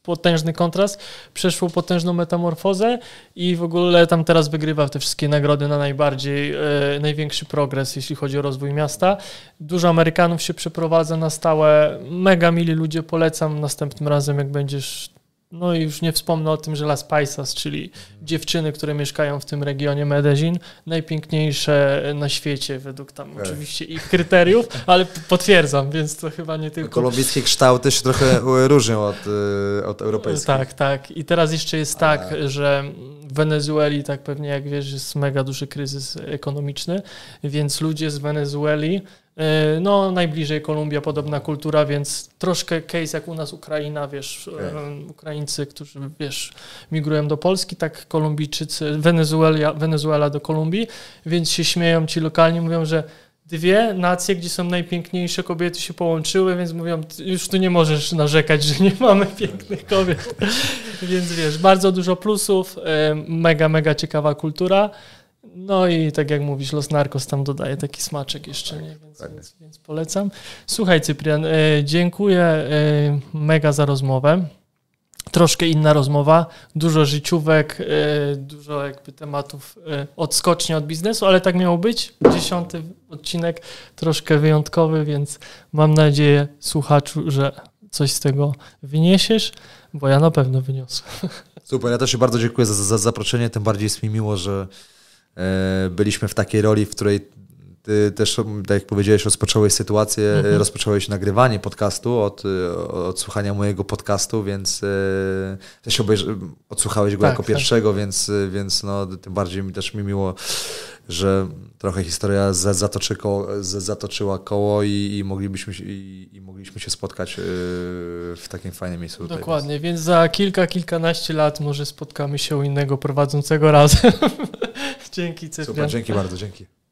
potężny kontrast, przeszło potężną metamorfozę i w ogóle tam teraz wygrywa te wszystkie nagrody na największy progres, jeśli chodzi o rozwój miasta. Dużo Amerykanów się przeprowadza na stałe, mega mili ludzie, polecam następnym razem, jak będziesz. No i już nie wspomnę o tym, że Las Paisas, czyli dziewczyny, które mieszkają w tym regionie Medellin, najpiękniejsze na świecie według tam oczywiście ich kryteriów, ale potwierdzam, więc to chyba nie tylko... Kolumbijskie kształty się trochę różnią od europejskich. Tak. I teraz jeszcze jest tak, że w Wenezueli, tak pewnie jak wiesz, jest mega duży kryzys ekonomiczny, więc ludzie z Wenezueli, no najbliżej Kolumbia, podobna kultura, więc troszkę case jak u nas Ukraina, wiesz, Ukraińcy, którzy, wiesz, migrują do Polski, tak Kolumbijczycy, Wenezuela do Kolumbii, więc się śmieją ci lokalni, mówią, że dwie nacje, gdzie są najpiękniejsze kobiety się połączyły, więc mówią, już tu nie możesz narzekać, że nie mamy pięknych kobiet, więc wiesz, bardzo dużo plusów, mega ciekawa kultura. No i tak jak mówisz, Los Narcos tam dodaje taki smaczek jeszcze, nie? Więc polecam. Słuchaj, Cyprian, dziękuję mega za rozmowę. Troszkę inna rozmowa, dużo życiówek, dużo jakby tematów odskocznie od biznesu, ale tak miało być. 10. odcinek, troszkę wyjątkowy, więc mam nadzieję, słuchaczu, że coś z tego wyniesiesz, bo ja na pewno wyniosłem. Super, ja też się bardzo dziękuję za zaproszenie, tym bardziej jest mi miło, że byliśmy w takiej roli, w której ty też, tak jak powiedziałeś, rozpocząłeś sytuację, rozpocząłeś nagrywanie podcastu od słuchania mojego podcastu, więc też odsłuchałeś go jako pierwszego, więc no, tym bardziej też mi miło, że trochę historia zatoczyła koło i mogliśmy się spotkać w takim fajnym miejscu. Dokładnie, więc za kilkanaście lat może spotkamy się u innego prowadzącego razem. Dzięki, Cyprian. Super, dzięki bardzo, dzięki.